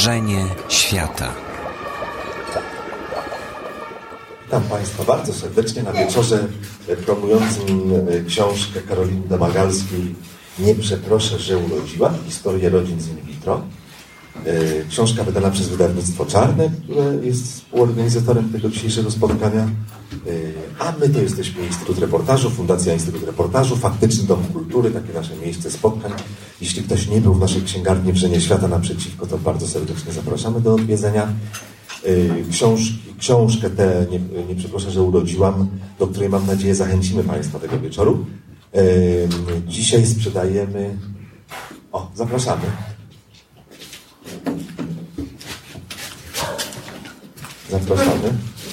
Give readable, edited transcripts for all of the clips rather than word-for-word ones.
Wrzenie świata. Witam Państwa bardzo serdecznie na wieczorze promującym książkę Karoliny Domagalskiej Nie przeproszę, że urodziłam. Historię rodzin z in vitro. Książka wydana przez wydawnictwo Czarne, które jest współorganizatorem tego dzisiejszego spotkania. A my to jesteśmy Instytut Reportażu, Fundacja Instytut Reportażu, Faktyczny Dom Kultury, takie nasze miejsce spotkań. Jeśli ktoś nie był w naszej księgarni Wrzenie Świata naprzeciwko, to bardzo serdecznie zapraszamy do odwiedzenia. Książkę tę, nie przeproszę, że urodziłam, do której mam nadzieję zachęcimy Państwa tego wieczoru. Dzisiaj sprzedajemy... O, zapraszamy. Zapraszamy.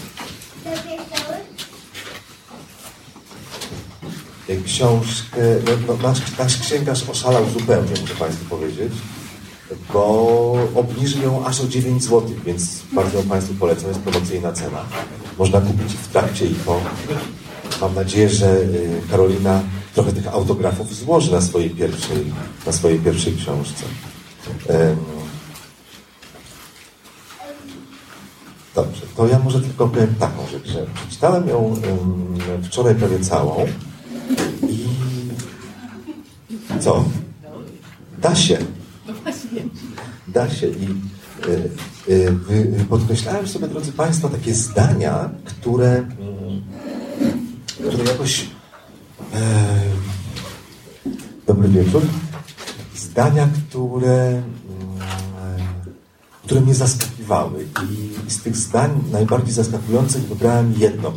Książkę, nasz księgarz oszalał zupełnie, muszę Państwu powiedzieć, bo obniżył ją aż o 9 zł, więc bardzo Państwu polecam, jest promocyjna cena. Można kupić w trakcie i po. Mam nadzieję, że Karolina trochę tych autografów złoży na swojej pierwszej książce. Dobrze, to ja może tylko powiem taką rzecz, że przeczytałem ją wczoraj prawie całą i co? Da się. Da się i podkreślałem sobie, drodzy Państwo, takie zdania, które jakoś... Dobry wieczór. Zdania, które mnie zaskakiwały. I z tych zdań najbardziej zaskakujących wybrałem jedno,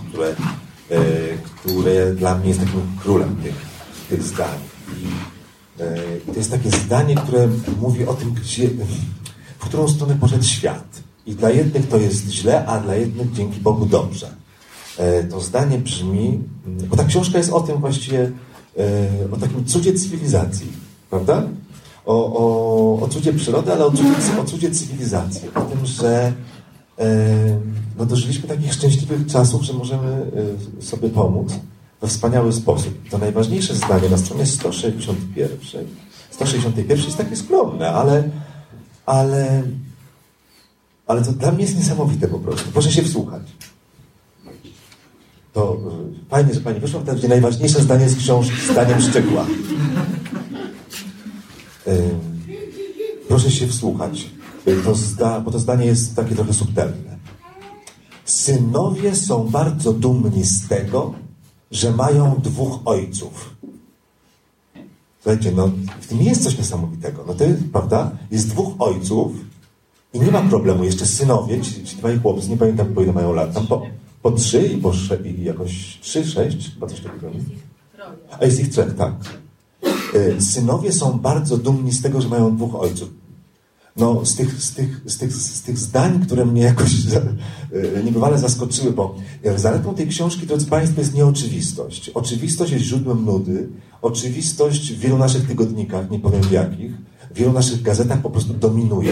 które dla mnie jest takim królem tych zdań. I to jest takie zdanie, które mówi o tym, w którą stronę poszedł świat. I dla jednych to jest źle, a dla jednych dzięki Bogu dobrze. To zdanie brzmi, bo ta książka jest o tym właściwie, o takim cudzie cywilizacji, prawda? O cudzie przyrody, ale o cudzie cywilizacji. O tym, że dożyliśmy takich szczęśliwych czasów, że możemy sobie pomóc we wspaniały sposób. To najważniejsze zdanie na stronie 161 jest takie skromne, ale to dla mnie jest niesamowite po prostu. Proszę się wsłuchać. To fajnie, że Pani wyszła, gdzie najważniejsze zdanie z książki, zdaniem szczegóła. Proszę się wsłuchać, bo to zdanie jest takie trochę subtelne. Synowie są bardzo dumni z tego, że mają 2 ojców. Słuchajcie, w tym jest coś niesamowitego. To jest, prawda? Jest 2 ojców i nie ma problemu. Jeszcze synowie, ci 2 chłopcy, nie pamiętam, po ile mają lat, tam po 3 i po 6, i jakoś 3, 6, chyba coś takiego. A jest ich 3, tak. Synowie są bardzo dumni z tego, że mają 2 ojców. Z tych zdań, które mnie jakoś niebywale zaskoczyły, bo zaletą tej książki, drodzy Państwo, jest nieoczywistość. Oczywistość jest źródłem nudy. Oczywistość w wielu naszych tygodnikach, nie powiem w jakich, w wielu naszych gazetach po prostu dominuje.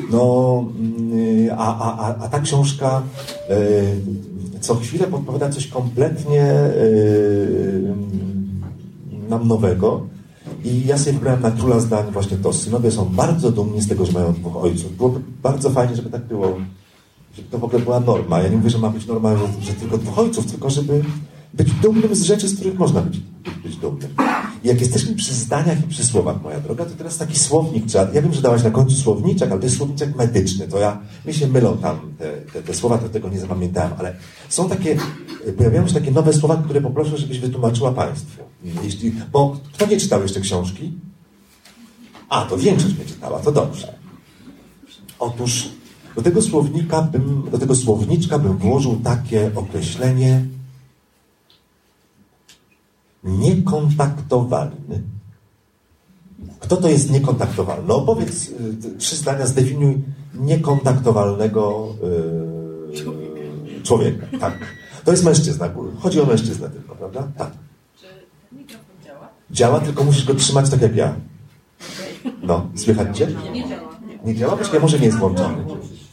A ta książka co chwilę podpowiada coś kompletnie nam nowego. I ja sobie wybrałem na króla zdań właśnie to. Synowie są bardzo dumni z tego, że mają 2 ojców. Byłoby bardzo fajnie, żeby tak było. Żeby to w ogóle była norma. Ja nie mówię, że ma być norma, że tylko 2 ojców, tylko żeby być dumnym z rzeczy, z których można być dumnym. I jak jesteśmy przy zdaniach i przy słowach, moja droga, to teraz taki słownik trzeba... Ja wiem, że dałaś na końcu słowniczek, ale to jest słowniczek medyczny. To mi się mylą tam te słowa, to tego nie zapamiętałem, ale są takie... Pojawiają się takie nowe słowa, które poproszę, żebyś wytłumaczyła Państwu. Bo kto nie czytał jeszcze książki? To większość nie czytała, to dobrze. Otóż do tego słowniczka bym włożył takie określenie niekontaktowalny. Kto to jest niekontaktowalny? Opowiedz 3 zdania, zdefiniuj niekontaktowalnego człowieka. Tak. To jest mężczyzna. Chodzi o mężczyznę tylko, prawda? Tak. Czy mikrofon działa? Działa, tylko musisz go trzymać tak jak ja. Słychać Cię? Nie działa. Nie działa? Poczekaj, może nie jest włączony.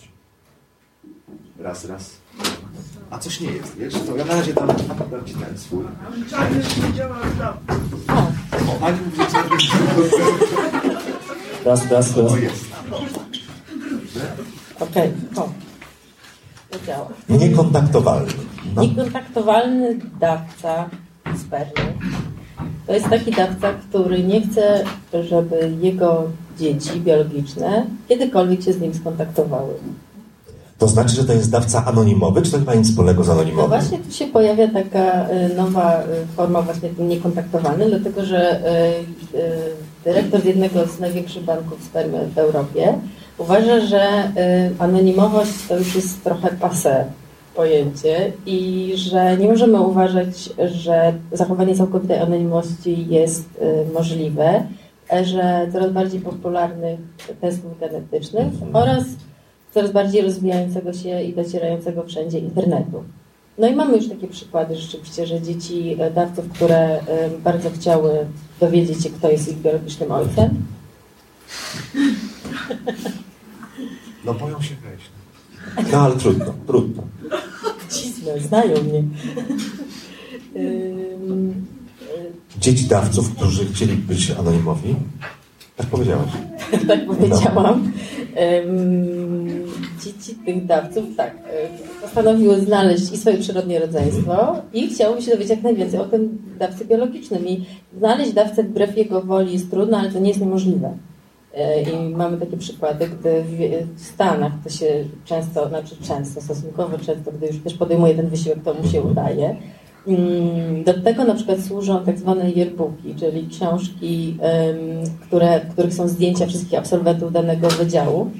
Raz. A coś nie jest, wiesz? To ja na razie dam Ci ten swój. Czarny nie działa, Ani mówi, że czarny. Raz. O, jest. Okej, to działa. Niekontaktowalny. No. Niekontaktowalny dawca spermy to jest taki dawca, który nie chce, żeby jego dzieci biologiczne kiedykolwiek się z nim skontaktowały. To znaczy, że to jest dawca anonimowy, czy to nie ma nic wspólnego z No anonimowym? właśnie tu się pojawia taka nowa forma właśnie ten niekontaktowany, dlatego że dyrektor jednego z największych banków spermy w Europie uważa, że anonimowość to już jest trochę passé pojęcie i że nie możemy uważać, że zachowanie całkowitej anonimowości jest możliwe, że coraz bardziej popularnych testów genetycznych oraz coraz bardziej rozwijającego się i docierającego wszędzie internetu. No i mamy już takie przykłady rzeczywiście, że dzieci dawców, które bardzo chciały dowiedzieć się, kto jest ich biologicznym ojcem. No boją się wejść. No ale trudno. Cisnę, znają mnie. Dzieci dawców, którzy chcieli być anonimowi. Tak powiedziałaś. Tak powiedziałam. Dzieci tych dawców, postanowiły znaleźć i swoje przyrodnie rodzeństwo i chciałoby się dowiedzieć jak najwięcej o tym dawcy biologicznym. I znaleźć dawcę wbrew jego woli jest trudno, ale to nie jest niemożliwe. I mamy takie przykłady, gdy w Stanach to się stosunkowo często, gdy już ktoś podejmuje ten wysiłek, to mu się udaje. Do tego na przykład służą tak zwane yearbooki, czyli książki, w których są zdjęcia wszystkich absolwentów danego wydziału.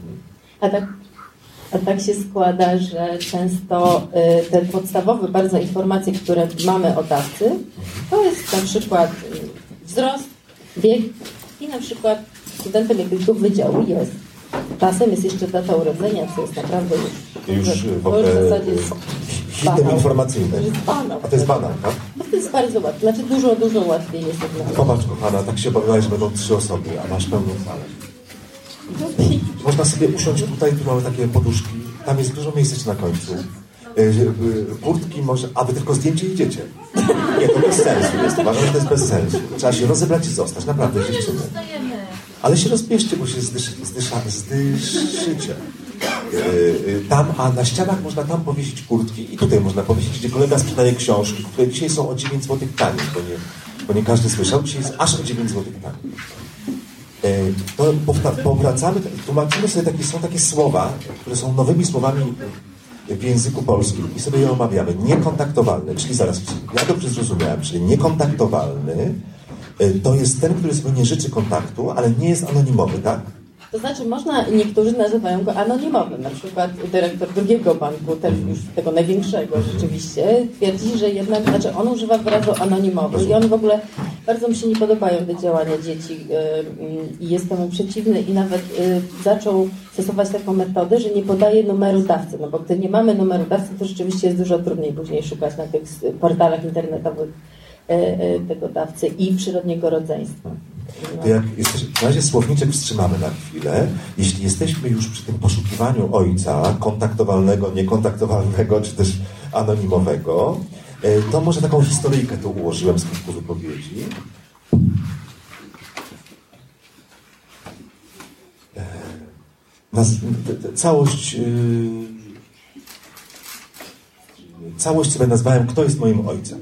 A tak się składa, że często te podstawowe bardzo informacje, które mamy o dawcy, to jest na przykład wzrost, wiek i na przykład studentem jakiegoś wydziału jest. Czasem jest jeszcze data urodzenia, co jest naprawdę już w ogóle w zasadzie jest hitem informacyjnym. To jest banał. A to jest banał, tak? No to jest bardzo łatwe. Znaczy dużo łatwiej jest jednak. Popatrz, kochana, tak się obawiałeś, że będą 3 osoby, a masz pełną salę. Można sobie usiąść tutaj, tu mamy takie poduszki, tam jest dużo miejsca na końcu. Kurtki może, a wy tylko zdjęcie idziecie. Nie, to bez sensu jest. Uważam, że to jest bez sensu. Trzeba się rozebrać i zostać, naprawdę dziewczyny. Ale się rozbierzcie, bo się zdyszycie. Tam, a na ścianach można tam powiesić kurtki i tutaj można powiesić, gdzie kolega sprzedaje książki, które dzisiaj są o 9 zł taniej, bo nie każdy słyszał, dzisiaj jest aż o 9 zł taniej. To powracamy, tłumaczymy sobie, są takie słowa, które są nowymi słowami w języku polskim i sobie je omawiamy. Niekontaktowalny, czyli zaraz, ja dobrze zrozumiałem, czyli niekontaktowalny to jest ten, który sobie nie życzy kontaktu, ale nie jest anonimowy, tak? To znaczy niektórzy nazywają go anonimowym. Na przykład dyrektor drugiego banku, też już tego największego rzeczywiście, twierdzi, że jednak, on używa wyrazu anonimowy i on w ogóle bardzo mi się nie podobają te działania dzieci i jest temu przeciwny i nawet zaczął stosować taką metodę, że nie podaje numeru dawcy, no bo gdy nie mamy numeru dawcy, to rzeczywiście jest dużo trudniej później szukać na tych portalach internetowych tego dawcy i przyrodniego rodzeństwa. To jak w razie słowniczek wstrzymamy na chwilę. Jeśli jesteśmy już przy tym poszukiwaniu ojca, kontaktowalnego, niekontaktowalnego, czy też anonimowego, to może taką historyjkę tu ułożyłem z kilku wypowiedzi. Całość sobie nazwałem, kto jest moim ojcem.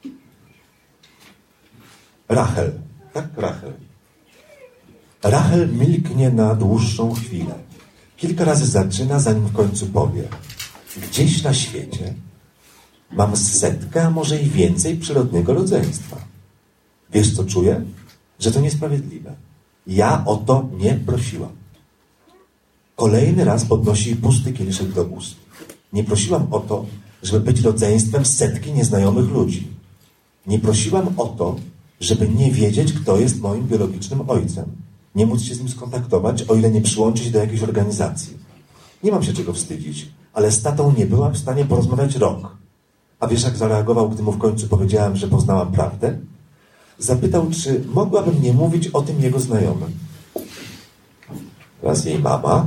Rachel. Tak, Rachel. Rachel milknie na dłuższą chwilę. Kilka razy zaczyna, zanim w końcu powie. Gdzieś na świecie mam 100, a może i więcej przyrodniego rodzeństwa. Wiesz, co czuję? Że to niesprawiedliwe. Ja o to nie prosiłam. Kolejny raz podnosi pusty kieliszek do ust. Nie prosiłam o to, żeby być rodzeństwem 100 nieznajomych ludzi. Nie prosiłam o to, żeby nie wiedzieć, kto jest moim biologicznym ojcem. Nie móc się z nim skontaktować, o ile nie przyłączyć się do jakiejś organizacji. Nie mam się czego wstydzić, ale z tatą nie byłam w stanie porozmawiać rok. A wiesz, jak zareagował, gdy mu w końcu powiedziałam, że poznałam prawdę? Zapytał, czy mogłabym nie mówić o tym jego znajomym. Teraz jej mama.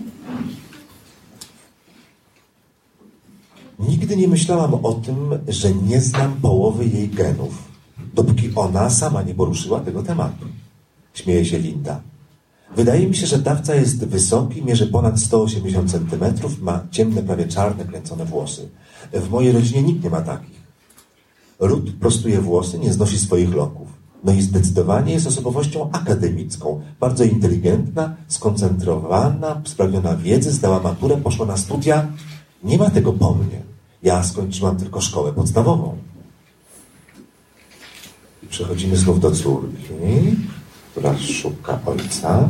Nigdy nie myślałam o tym, że nie znam połowy jej genów, dopóki ona sama nie poruszyła tego tematu. Śmieje się Linda. Wydaje mi się, że dawca jest wysoki, mierzy ponad 180 cm, ma ciemne, prawie czarne, kręcone włosy. W mojej rodzinie nikt nie ma takich. Ruth prostuje włosy, nie znosi swoich loków. No i zdecydowanie jest osobowością akademicką. Bardzo inteligentna, skoncentrowana, spragniona wiedzy, zdała maturę, poszła na studia. Nie ma tego po mnie. Ja skończyłam tylko szkołę podstawową. I przechodzimy znów do córki, która szuka ojca.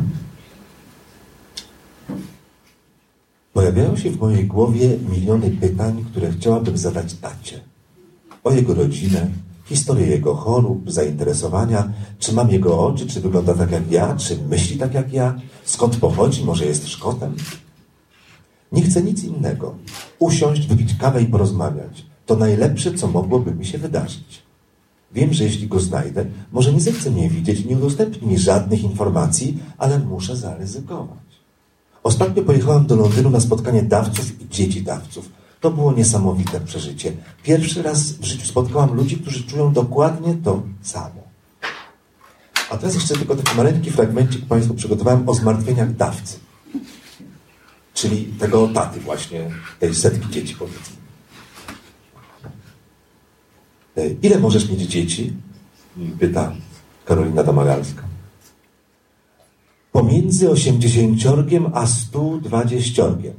Pojawiają się w mojej głowie miliony pytań, które chciałabym zadać tacie. O jego rodzinę, historię jego chorób, zainteresowania, czy mam jego oczy, czy wygląda tak jak ja, czy myśli tak jak ja, skąd pochodzi, może jest Szkotem. Nie chcę nic innego. Usiąść, wypić kawę i porozmawiać. To najlepsze, co mogłoby mi się wydarzyć. Wiem, że jeśli go znajdę, może nie zechce mnie widzieć, nie udostępni mi żadnych informacji, ale muszę zaryzykować. Ostatnio pojechałam do Londynu na spotkanie dawców i dzieci dawców. To było niesamowite przeżycie. Pierwszy raz w życiu spotkałam ludzi, którzy czują dokładnie to samo. A teraz jeszcze tylko taki maleńki fragmencik Państwu przygotowałem o zmartwieniach dawcy. Czyli tego taty właśnie, tej setki dzieci, powiedzmy. Ile możesz mieć dzieci? Pyta Karolina Domagalska. Pomiędzy 80 a 120.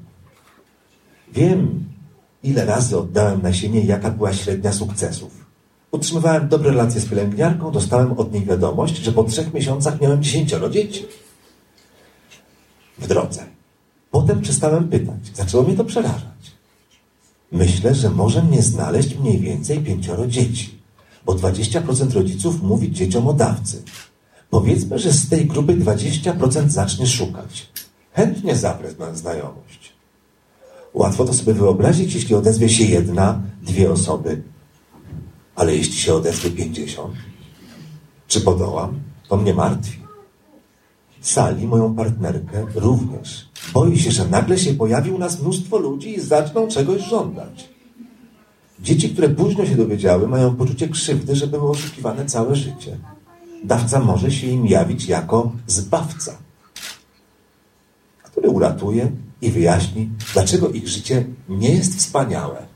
Wiem, ile razy oddałem nasienie i jaka była średnia sukcesów. Utrzymywałem dobre relacje z pielęgniarką, dostałem od niej wiadomość, że po 3 miesiącach miałem 10 dzieci. W drodze. Potem przestałem pytać. Zaczęło mnie to przerażać. Myślę, że może mnie znaleźć mniej więcej 5 dzieci, bo 20% rodziców mówi dzieciom o dawcy. Powiedzmy, że z tej grupy 20% zacznie szukać. Chętnie zaprę na znajomość. Łatwo to sobie wyobrazić, jeśli odezwie się 1, 2 osoby. Ale jeśli się odezwie 50, czy podołam, to mnie martwi. Sali, moją partnerkę, również. Boi się, że nagle się pojawi u nas mnóstwo ludzi i zaczną czegoś żądać. Dzieci, które późno się dowiedziały, mają poczucie krzywdy, że były oszukiwane całe życie. Dawca może się im jawić jako zbawca, który uratuje i wyjaśni, dlaczego ich życie nie jest wspaniałe.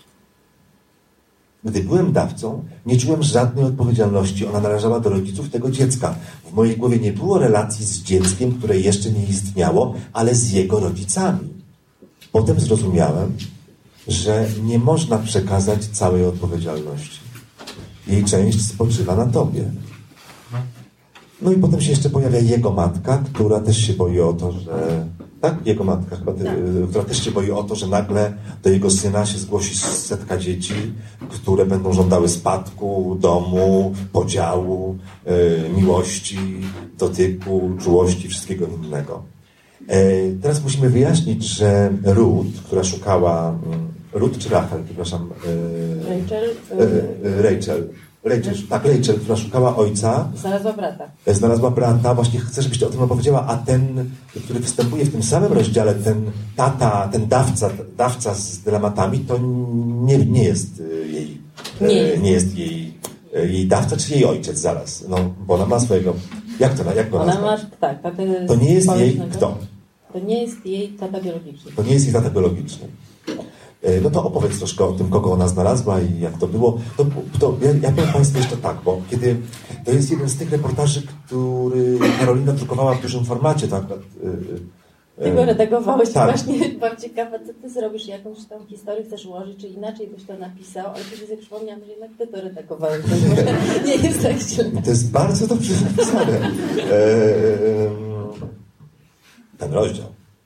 Gdy byłem dawcą, nie czułem żadnej odpowiedzialności. Ona należała do rodziców tego dziecka. W mojej głowie nie było relacji z dzieckiem, które jeszcze nie istniało, ale z jego rodzicami. Potem zrozumiałem, że nie można przekazać całej odpowiedzialności. Jej część spoczywa na tobie. No i potem się jeszcze pojawia jego matka, która też się boi o to, że... Tak? Jego matka chyba, która też się boi o to, że nagle do jego syna się zgłosi 100 dzieci, które będą żądały spadku, domu, podziału, miłości, dotyku, czułości, wszystkiego innego. Teraz musimy wyjaśnić, że Ruth, która szukała... Ruth czy Rachel, przepraszam? Rachel, która szukała ojca. Znalazła brata. Właśnie chcę, żebyście o tym opowiedziała, a ten, który występuje w tym samym rozdziale, ten tata, ten dawca z dylematami, to nie jest jej, nie jest jej dawca, czy jej ojciec zaraz. No, bo ona ma swojego... Jak go nazwać? To nie jest jej kto? To nie jest jej tata biologiczny. To nie jest jej tata biologiczny. No to opowiedz troszkę o tym, kogo ona znalazła i jak to było. Ja powiem Państwu jeszcze tak, bo kiedy to jest jeden z tych reportaży, który Karolina drukowała w dużym formacie, tak? Ty go redagowałeś, tak. Właśnie byłam ciekawa, co ty zrobisz, jakąś tam historię chcesz ułożyć, czy inaczej byś to napisał, ale kiedy sobie przypomniałam, że jednak ty to redagowałeś, więc może nie jest tak źle. To jest bardzo dobrze napisane. Ten rozdział.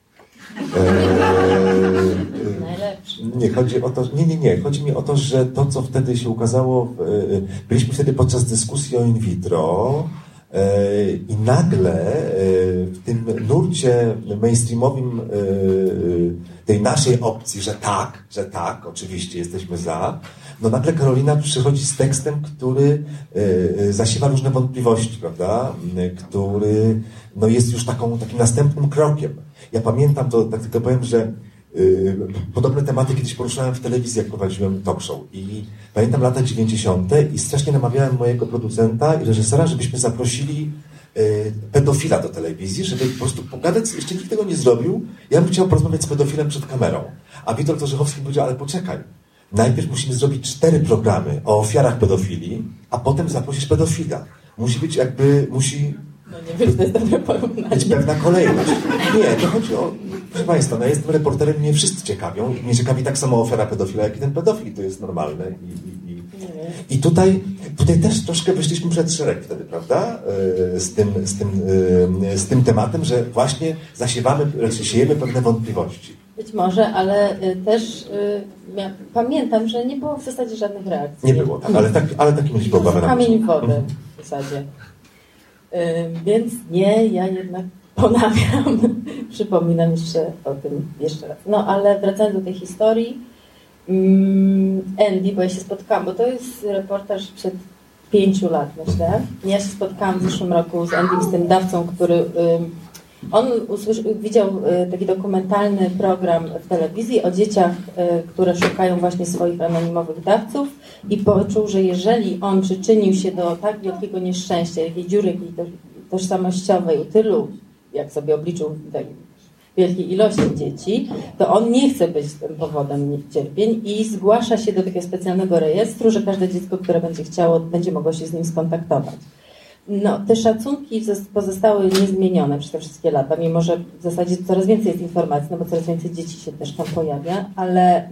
Najlepszy. Nie, chodzi o to, nie. Chodzi mi o to, że to, co wtedy się ukazało, byliśmy wtedy podczas dyskusji o in vitro i nagle w tym nurcie mainstreamowym tej naszej opcji, że tak, oczywiście jesteśmy za, no nagle Karolina przychodzi z tekstem, który zasiewa różne wątpliwości, prawda? Który no, jest już takim następnym krokiem. Ja pamiętam, to tak tylko powiem, że podobne tematy kiedyś poruszałem w telewizji, jak prowadziłem talk show. I pamiętam lata 90. i strasznie namawiałem mojego producenta i reżysera, żebyśmy zaprosili pedofila do telewizji, żeby po prostu pogadać, jeszcze nikt tego nie zrobił. Ja bym chciał porozmawiać z pedofilem przed kamerą. A Witold Orzechowski powiedział, ale poczekaj, najpierw musimy zrobić 4 programy o ofiarach pedofilii, a potem zaprosić pedofila. Musi być No nie wiem, czy to jest dobre porównanie. być pewna kolejność. Nie, to chodzi o... Proszę Państwa, no ja jestem reporterem, mnie wszyscy ciekawią i mnie ciekawi tak samo ofiara pedofila, jak i ten pedofil. To jest normalne. I tutaj też troszkę wyszliśmy przed szereg wtedy, prawda? Z tym tematem, że właśnie siejemy pewne wątpliwości. Być może, ale też pamiętam, że nie było w zasadzie żadnych reakcji. Nie było, tak, ale taki mieliśmy obawę na kamień wody w zasadzie. Więc nie, ja jednak ponawiam, przypominam jeszcze raz. No ale wracając do tej historii, Andy, bo ja się spotkałam, bo to jest reportaż przed 5 lat, myślę. Ja się spotkałam w zeszłym roku z Andym, z tym dawcą, który... On widział taki dokumentalny program w telewizji o dzieciach, które szukają właśnie swoich anonimowych dawców i poczuł, że jeżeli on przyczynił się do tak wielkiego nieszczęścia, jakiej dziury tożsamościowej u tylu, jak sobie obliczył wielkiej ilości dzieci, to on nie chce być tym powodem cierpień i zgłasza się do takiego specjalnego rejestru, że każde dziecko, które będzie chciało, będzie mogło się z nim skontaktować. No, te szacunki pozostały niezmienione przez te wszystkie lata, mimo że w zasadzie coraz więcej jest informacji, no bo coraz więcej dzieci się też tam pojawia, ale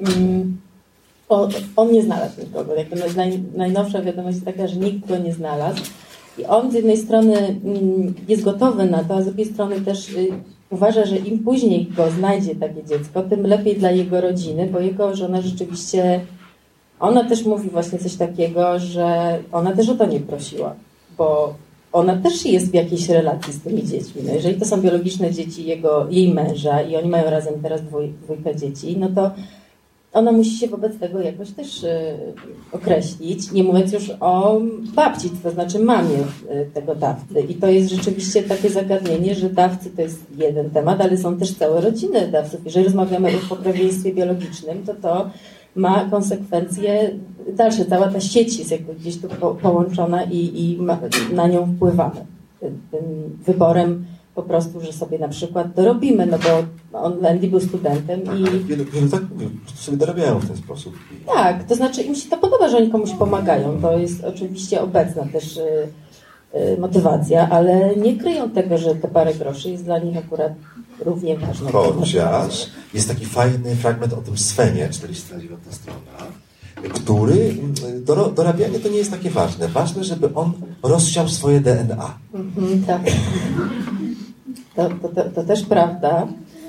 on nie znalazł nikogo. Najnowsza wiadomość jest taka, że nikt go nie znalazł. I on z jednej strony jest gotowy na to, a z drugiej strony też uważa, że im później go znajdzie takie dziecko, tym lepiej dla jego rodziny, bo jego żona rzeczywiście, ona też mówi właśnie coś takiego, że ona też o to nie prosiła, bo ona też jest w jakiejś relacji z tymi dziećmi. No jeżeli to są biologiczne dzieci jej męża i oni mają razem teraz dwójkę dzieci, no to ona musi się wobec tego jakoś też określić, nie mówiąc już o babci, to znaczy mamie tego dawcy. I to jest rzeczywiście takie zagadnienie, że dawcy to jest jeden temat, ale są też całe rodziny dawców. Jeżeli rozmawiamy o pokrewieństwie biologicznym, to ma konsekwencje dalsze. Cała ta sieć jest jakby gdzieś tu połączona i na nią wpływamy. Tym wyborem po prostu, że sobie na przykład dorobimy, no bo Andy był studentem i... Wielu tak mówi, że sobie dorabiają w ten sposób. Tak, to znaczy im się to podoba, że oni komuś pomagają. To jest oczywiście obecna też motywacja, ale nie kryją tego, że te parę groszy jest dla nich akurat równie ważne. Chociaż jest taki fajny fragment o tym Svenie, 49 strona, który dorabianie to nie jest takie ważne. Ważne, żeby on rozsiał swoje DNA. Tak. To też prawda.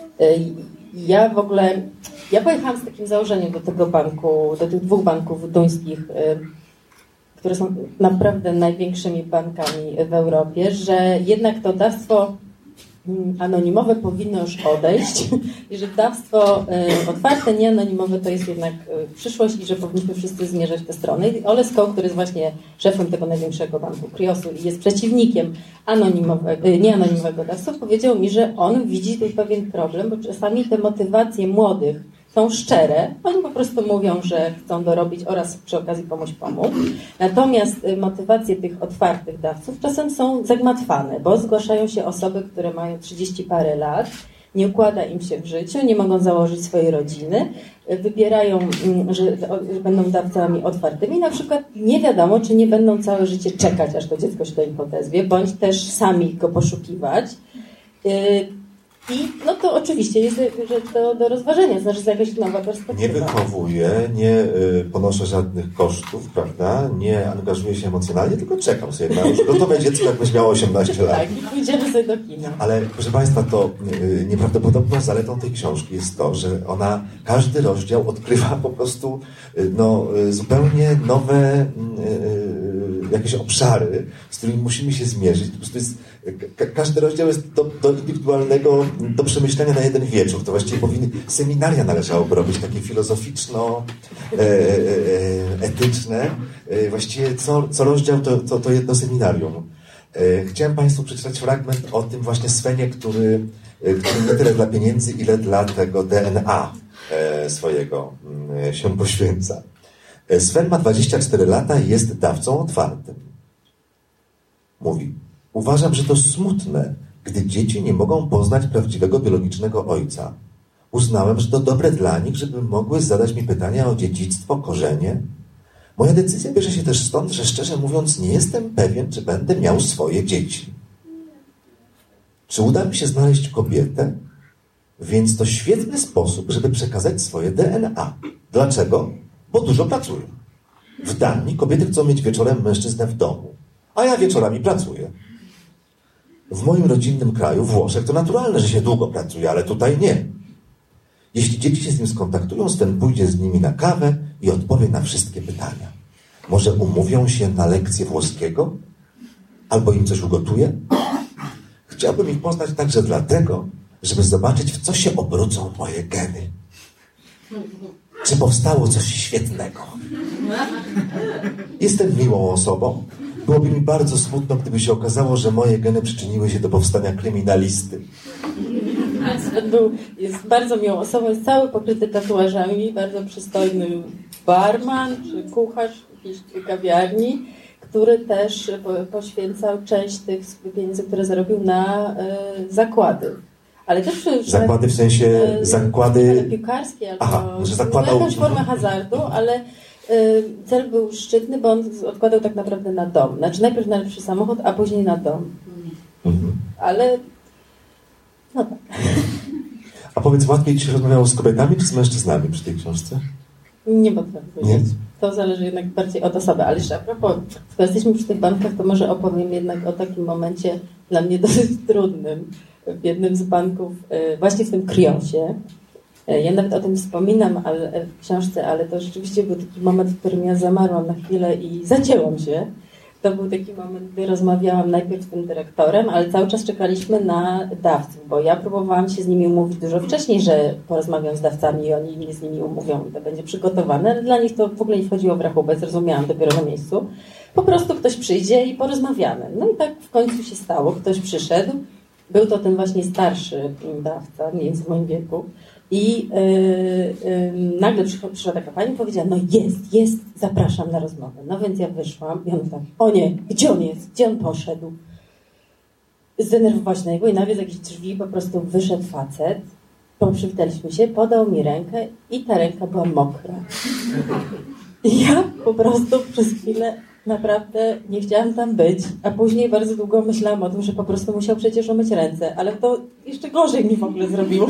Ja pojechałam z takim założeniem do tego banku, do tych 2 banków duńskich, które są naprawdę największymi bankami w Europie, że jednak to dawstwo anonimowe powinno już odejść i że dawstwo otwarte, nieanonimowe to jest jednak przyszłość i że powinniśmy wszyscy zmierzać w tę stronę. I Ole Skoł, który jest właśnie szefem tego największego banku Kriosu i jest przeciwnikiem nieanonimowego dawstwa, powiedział mi, że on widzi tu pewien problem, bo czasami te motywacje młodych są szczere, oni po prostu mówią, że chcą dorobić oraz przy okazji komuś pomóc. Natomiast motywacje tych otwartych dawców czasem są zagmatwane, bo zgłaszają się osoby, które mają 30 parę lat, nie układa im się w życiu, nie mogą założyć swojej rodziny, wybierają, że będą dawcami otwartymi, na przykład nie wiadomo, czy nie będą całe życie czekać, aż to dziecko się do nich odezwie, bądź też sami go poszukiwać. I no to oczywiście jest rzecz do rozważenia, znaczy jest jakaś nowa perspektywa. Nie wychowuję, nie ponoszę żadnych kosztów, prawda? Nie angażuję się emocjonalnie, tylko czekam sobie na już gotowe dziecko, jak będzie miało 18 lat. Tak, i pójdziemy sobie do kina. Ale proszę Państwa, to nieprawdopodobną zaletą tej książki jest to, że ona każdy rozdział odkrywa po prostu zupełnie nowe jakieś obszary, z którymi musimy się zmierzyć. Po prostu jest, każdy rozdział jest do indywidualnego, do przemyślenia na jeden wieczór. To właściwie seminaria należałoby robić, takie filozoficzno-etyczne. Właściwie co rozdział to jedno seminarium. Chciałem Państwu przeczytać fragment o tym właśnie Svenie, który nie tyle dla pieniędzy, ile dla tego DNA swojego się poświęca. Sven ma 24 lata i jest dawcą otwartym. Mówi, Uważam, że to smutne, gdy dzieci nie mogą poznać prawdziwego biologicznego ojca. Uznałem, że to dobre dla nich, żeby mogły zadać mi pytania o dziedzictwo, korzenie. Moja decyzja bierze się też stąd, że szczerze mówiąc nie jestem pewien, czy będę miał swoje dzieci. Czy uda mi się znaleźć kobietę? Więc to świetny sposób, żeby przekazać swoje DNA. Dlaczego? Bo dużo pracuję. W Danii kobiety chcą mieć wieczorem mężczyznę w domu, a ja wieczorami pracuję. W moim rodzinnym kraju, Włoszech, to naturalne, że się długo pracuje, ale tutaj nie. Jeśli dzieci się z nim skontaktują, Sven pójdzie z nimi na kawę i odpowie na wszystkie pytania. Może umówią się na lekcję włoskiego? Albo im coś ugotuje? Chciałbym ich poznać także dlatego, żeby zobaczyć, w co się obrócą moje geny. Czy powstało coś świetnego? Jestem miłą osobą. Byłoby mi bardzo smutno, gdyby się okazało, że moje geny przyczyniły się do powstania kryminalisty. Jest bardzo miłą osobą, jest cały pokryty tatuażami, bardzo przystojny barman czy kucharz w jakiejś kawiarni, który też poświęcał część tych pieniędzy, które zarobił na zakłady. Ale też zakłady w sensie zakłady piłkarskie albo że zakładał jakąś formę hazardu, ale cel był szczytny, bo on odkładał tak naprawdę na dom. Znaczy najpierw na lepszy samochód, a później na dom. Mhm. Ale no tak. A powiedz, łatwiej ci się rozmawiało z kobietami czy z mężczyznami przy tej książce? Nie potrafię powiedzieć. To zależy jednak bardziej od osoby. Ale jeszcze a propos, skoro jesteśmy przy tych bankach, to może opowiem jednak o takim momencie dla mnie dosyć trudnym w jednym z banków, właśnie w tym Kriosie. Ja nawet o tym wspominam w książce, ale to rzeczywiście był taki moment, w którym ja zamarłam na chwilę i zacięłam się. To był taki moment, gdy rozmawiałam najpierw z tym dyrektorem, ale cały czas czekaliśmy na dawców, bo ja próbowałam się z nimi umówić dużo wcześniej, że porozmawiam z dawcami i oni mnie z nimi umówią i to będzie przygotowane, ale dla nich to w ogóle nie wchodziło w rachubę, zrozumiałam dopiero na miejscu. Po prostu ktoś przyjdzie i porozmawiamy. No i tak w końcu się stało, ktoś przyszedł, był to ten właśnie starszy dawca, mniej więcej w moim wieku. I nagle przyszła taka pani i powiedziała, no jest, zapraszam na rozmowę. No więc ja wyszłam i on tak, o nie, gdzie on jest, gdzie on poszedł? Zdenerwować się na niego i nagle z jakichś drzwi po prostu wyszedł facet, przywitaliśmy się, podał mi rękę i ta ręka była mokra. I ja po prostu przez chwilę naprawdę nie chciałam tam być, a później bardzo długo myślałam o tym, że po prostu musiał przecież umyć ręce, ale to jeszcze gorzej mi w ogóle zrobiło.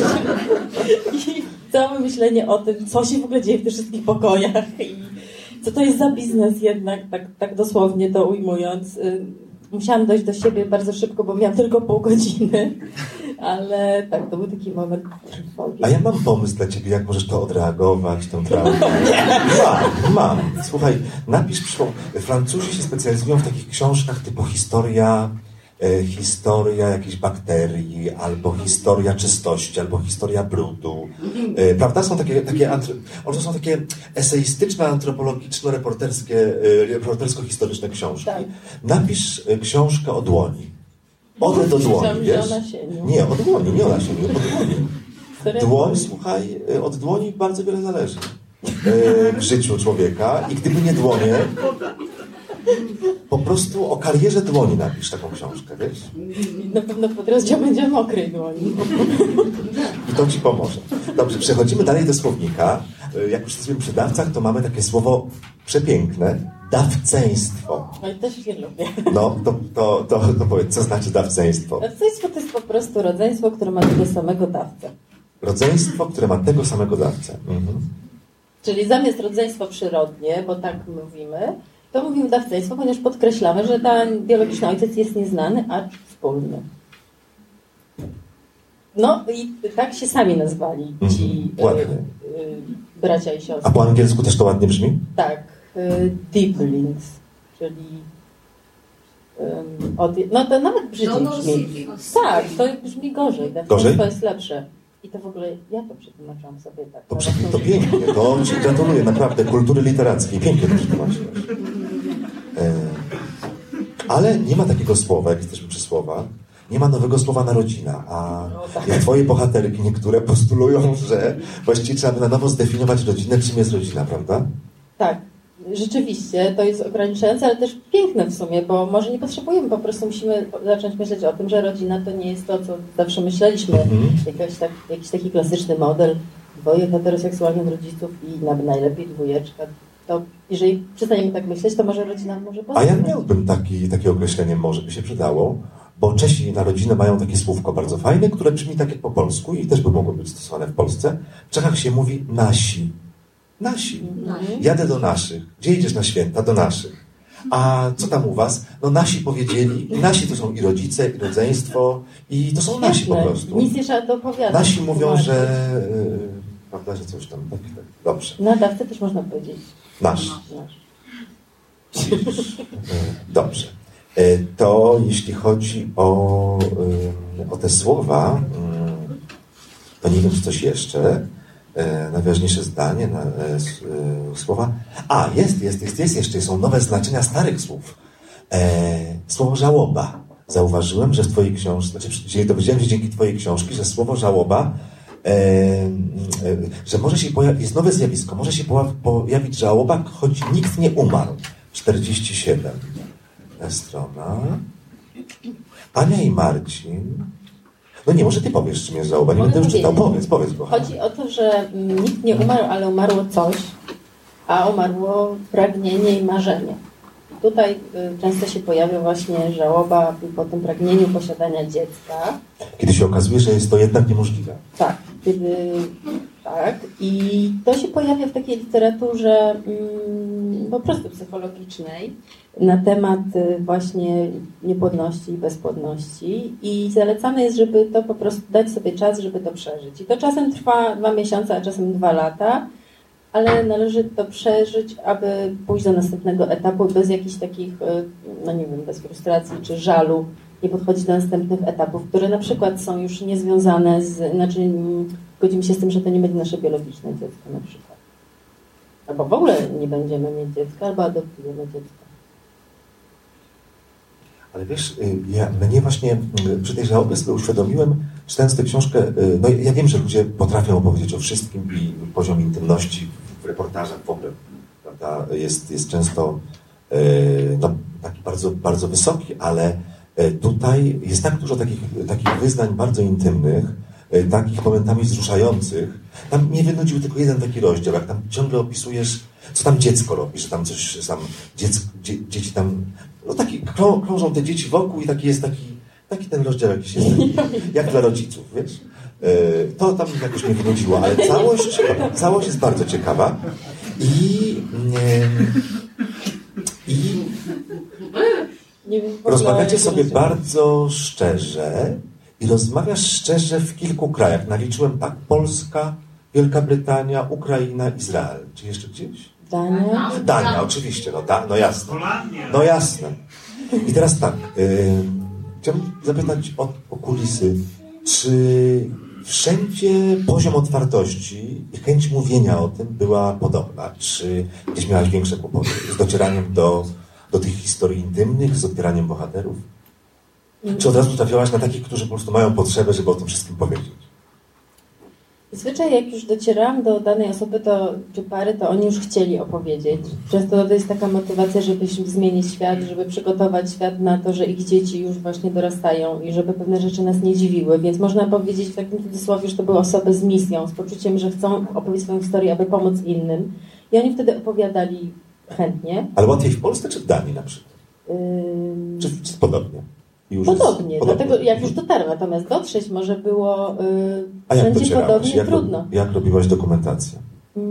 I całe myślenie o tym, co się w ogóle dzieje w tych wszystkich pokojach i co to jest za biznes jednak, tak dosłownie to ujmując. Musiałam dojść do siebie bardzo szybko, bo miałam tylko pół godziny, ale tak, to był taki moment trwogi. A ja mam pomysł dla ciebie, jak możesz to odreagować, tą traumę. Mam. Słuchaj, napisz, Francuzi się specjalizują w takich książkach typu historia jakiejś bakterii, albo historia czystości, albo historia brudu. Prawda? Są to są takie eseistyczne, reportersko-historyczne książki. Tak. Napisz książkę o dłoni. Ode do dłoni, wiesz? Nie, o dłoni, nie o nasieniu, o dłoni. Dłoń, słuchaj, od dłoni bardzo wiele zależy w życiu człowieka i gdyby nie dłonie, po prostu o karierze dłoni napisz taką książkę, wiesz? Na pewno podrozdział będzie o mokrej dłoni. I to ci pomoże. Dobrze, przechodzimy dalej do słownika. Jak już jesteśmy przy dawcach, to mamy takie słowo przepiękne. Dawceństwo. No i też je lubię. No, to powiedz, co znaczy dawceństwo? Dawceństwo to jest po prostu rodzeństwo, które ma tego samego dawcę. Rodzeństwo, które ma tego samego dawcę. Mhm. Czyli zamiast rodzeństwo przyrodnie, bo tak mówimy, to mówimy dawceństwo, ponieważ podkreślamy, że ten biologiczny ojciec jest nieznany, acz wspólny. No i tak się sami nazwali ci bracia i siostry. A po angielsku też to ładnie brzmi? Tak. Siblings, czyli no to nawet brzydziej brzmi. Tak, to brzmi gorzej. To jest lepsze. I to w ogóle ja to przetłumaczyłam sobie tak. To pięknie, to ci gratuluję, naprawdę, kultury literackiej. Pięknie to przetłumaczyłeś. Ale nie ma takiego słowa, jak jesteśmy przy słowach, nie ma nowego słowa narodzina, a jak twoje bohaterki niektóre postulują, że właściwie trzeba by na nowo zdefiniować rodzinę, czym jest rodzina, prawda? Tak. rzeczywiście to jest ograniczające, ale też piękne w sumie, bo może nie potrzebujemy, po prostu musimy zacząć myśleć o tym, że rodzina to nie jest to, co zawsze myśleliśmy. Jakiś taki klasyczny model, dwoje heteroseksualnych rodziców i najlepiej dwójeczka. To jeżeli przestaniemy tak myśleć, to może rodzina może A ja pozostać. miałbym takie określenie, może by się przydało, bo Czesi na rodzinę mają takie słówko bardzo fajne, które brzmi tak jak po polsku i też by mogło być stosowane w Polsce. W Czechach się mówi nasi. Nasi. Jadę do naszych. Gdzie jedziesz na święta? Do naszych. A co tam u was? No nasi powiedzieli, i nasi to są i rodzice, i rodzeństwo, i to są nasi po prostu. Nic nie trzeba dopowiadać. Nasi mówią, że prawda, że coś tam, tak. Dobrze. Nadawcę też można powiedzieć. Nasz. Nasz. Dobrze. To jeśli chodzi o te słowa, to nie wiem, czy coś jeszcze. Najważniejsze zdanie, słowa. A, jest jeszcze. Są nowe znaczenia starych słów. Słowo żałoba. Zauważyłem, że w twojej książce, dowiedziałem się dzięki twojej książki, że słowo żałoba, że może się jest nowe zjawisko, może się pojawić żałoba, choć nikt nie umarł. 47. Strona. Ania i Marcin. No nie, może ty powiesz, czym jest żałoba. Nie będę już czytał. Powiedz. Chodzi o to, że nikt nie umarł, ale umarło coś, a umarło pragnienie i marzenie. Tutaj często się pojawia właśnie żałoba po tym pragnieniu posiadania dziecka. Kiedy się okazuje, że jest to jednak niemożliwe. Tak, tak. I to się pojawia w takiej literaturze po prostu psychologicznej na temat właśnie niepłodności i bezpłodności i zalecane jest, żeby to po prostu dać sobie czas, żeby to przeżyć. I to czasem trwa 2 miesiące, a czasem 2 lata, ale należy to przeżyć, aby pójść do następnego etapu bez jakichś takich, no nie wiem, bez frustracji czy żalu, nie podchodzić do następnych etapów, które na przykład są już niezwiązane znaczy godzimy się z tym, że to nie będzie nasze biologiczne dziecko na przykład. Albo w ogóle nie będziemy mieć dziecka, albo adoptujemy dziecko. Ale wiesz, mnie właśnie przy tej żałobie sobie uświadomiłem, czytając tę książkę, no ja wiem, że ludzie potrafią opowiedzieć o wszystkim i poziom intymności w reportażach w ogóle, prawda, jest często no, taki bardzo, bardzo wysoki, ale tutaj jest tak dużo takich wyznań bardzo intymnych, takich momentami wzruszających. Tam mnie wynudził tylko jeden taki rozdział, jak tam ciągle opisujesz, co tam dziecko robi, że tam coś, dzieci tam, no taki, krążą te dzieci wokół i taki ten rozdział jakiś jest, jak dla rodziców, wiesz? To tam jakoś mnie wynudziło, ale całość jest bardzo ciekawa rozmawiacie sobie bardzo szczerze i rozmawiasz szczerze w kilku krajach. Naliczyłem tak, Polska, Wielka Brytania, Ukraina, Izrael. Czy jeszcze gdzieś? Dania, oczywiście, no jasne. No jasne. I teraz tak, chciałbym zapytać o kulisy. Czy wszędzie poziom otwartości i chęć mówienia o tym była podobna? Czy gdzieś miałaś większe kłopoty z docieraniem do tych historii intymnych, z odbieraniem bohaterów? Czy od razu trafiałaś na takich, którzy po prostu mają potrzebę, żeby o tym wszystkim powiedzieć? Zazwyczaj jak już docierałam do danej osoby czy pary, to oni już chcieli opowiedzieć. Często to jest taka motywacja, żeby zmienić świat, żeby przygotować świat na to, że ich dzieci już właśnie dorastają i żeby pewne rzeczy nas nie dziwiły. Więc można powiedzieć w takim cudzysłowie, że to były osoby z misją, z poczuciem, że chcą opowiedzieć swoją historię, aby pomóc innym. I oni wtedy opowiadali chętnie. Ale łatwiej w Polsce czy w Danii na przykład? Czy podobnie? Podobnie, dlatego jak już dotarł, natomiast dotrzeć może było wszędzie podobnie trudno. Jak robiłaś dokumentację?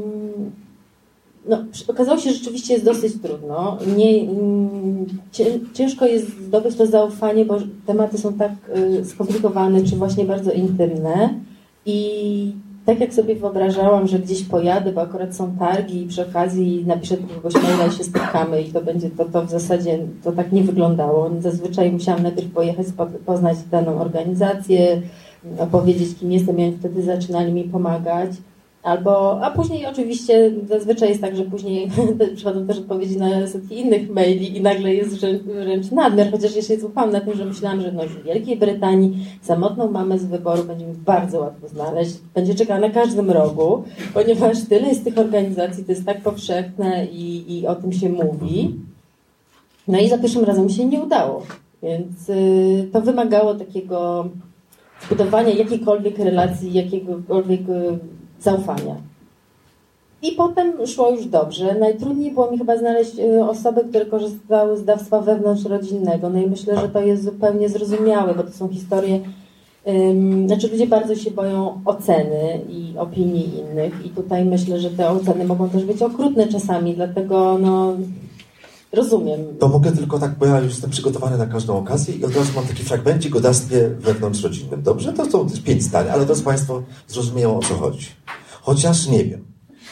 No, okazało się, że rzeczywiście jest dosyć trudno. Ciężko jest zdobyć to zaufanie, bo tematy są tak skomplikowane, czy właśnie bardzo intymne. I tak jak sobie wyobrażałam, że gdzieś pojadę, bo akurat są targi i przy okazji napiszę do kogoś maila i się spotkamy i to będzie to w zasadzie to tak nie wyglądało. Zazwyczaj musiałam najpierw pojechać, poznać daną organizację, opowiedzieć, kim jestem, i oni wtedy zaczynali mi pomagać. A później oczywiście zazwyczaj jest tak, że później przychodzą też odpowiedzi na setki innych maili i nagle jest wręcz nadmiar, chociaż ja się złapałam na tym, że myślałam, że w Wielkiej Brytanii samotną mamę z wyboru będziemy bardzo łatwo znaleźć. Będzie czekała na każdym rogu, ponieważ tyle jest tych organizacji, to jest tak powszechne i o tym się mówi. No i za pierwszym razem się nie udało. Więc to wymagało takiego zbudowania jakiejkolwiek relacji, jakiegokolwiek zaufania. I potem szło już dobrze. Najtrudniej było mi chyba znaleźć osoby, które korzystały z dawstwa wewnątrzrodzinnego. No i myślę, że to jest zupełnie zrozumiałe, bo to są historie... ludzie bardzo się boją oceny i opinii innych. I tutaj myślę, że te oceny mogą też być okrutne czasami, dlatego rozumiem. To mogę tylko tak, bo ja już jestem przygotowany na każdą okazję i od razu mam taki fragmencik o dawstwie wewnątrzrodzinnym. Dobrze? To są też 5 zdań, ale teraz Państwo zrozumieją, o co chodzi. Chociaż nie wiem.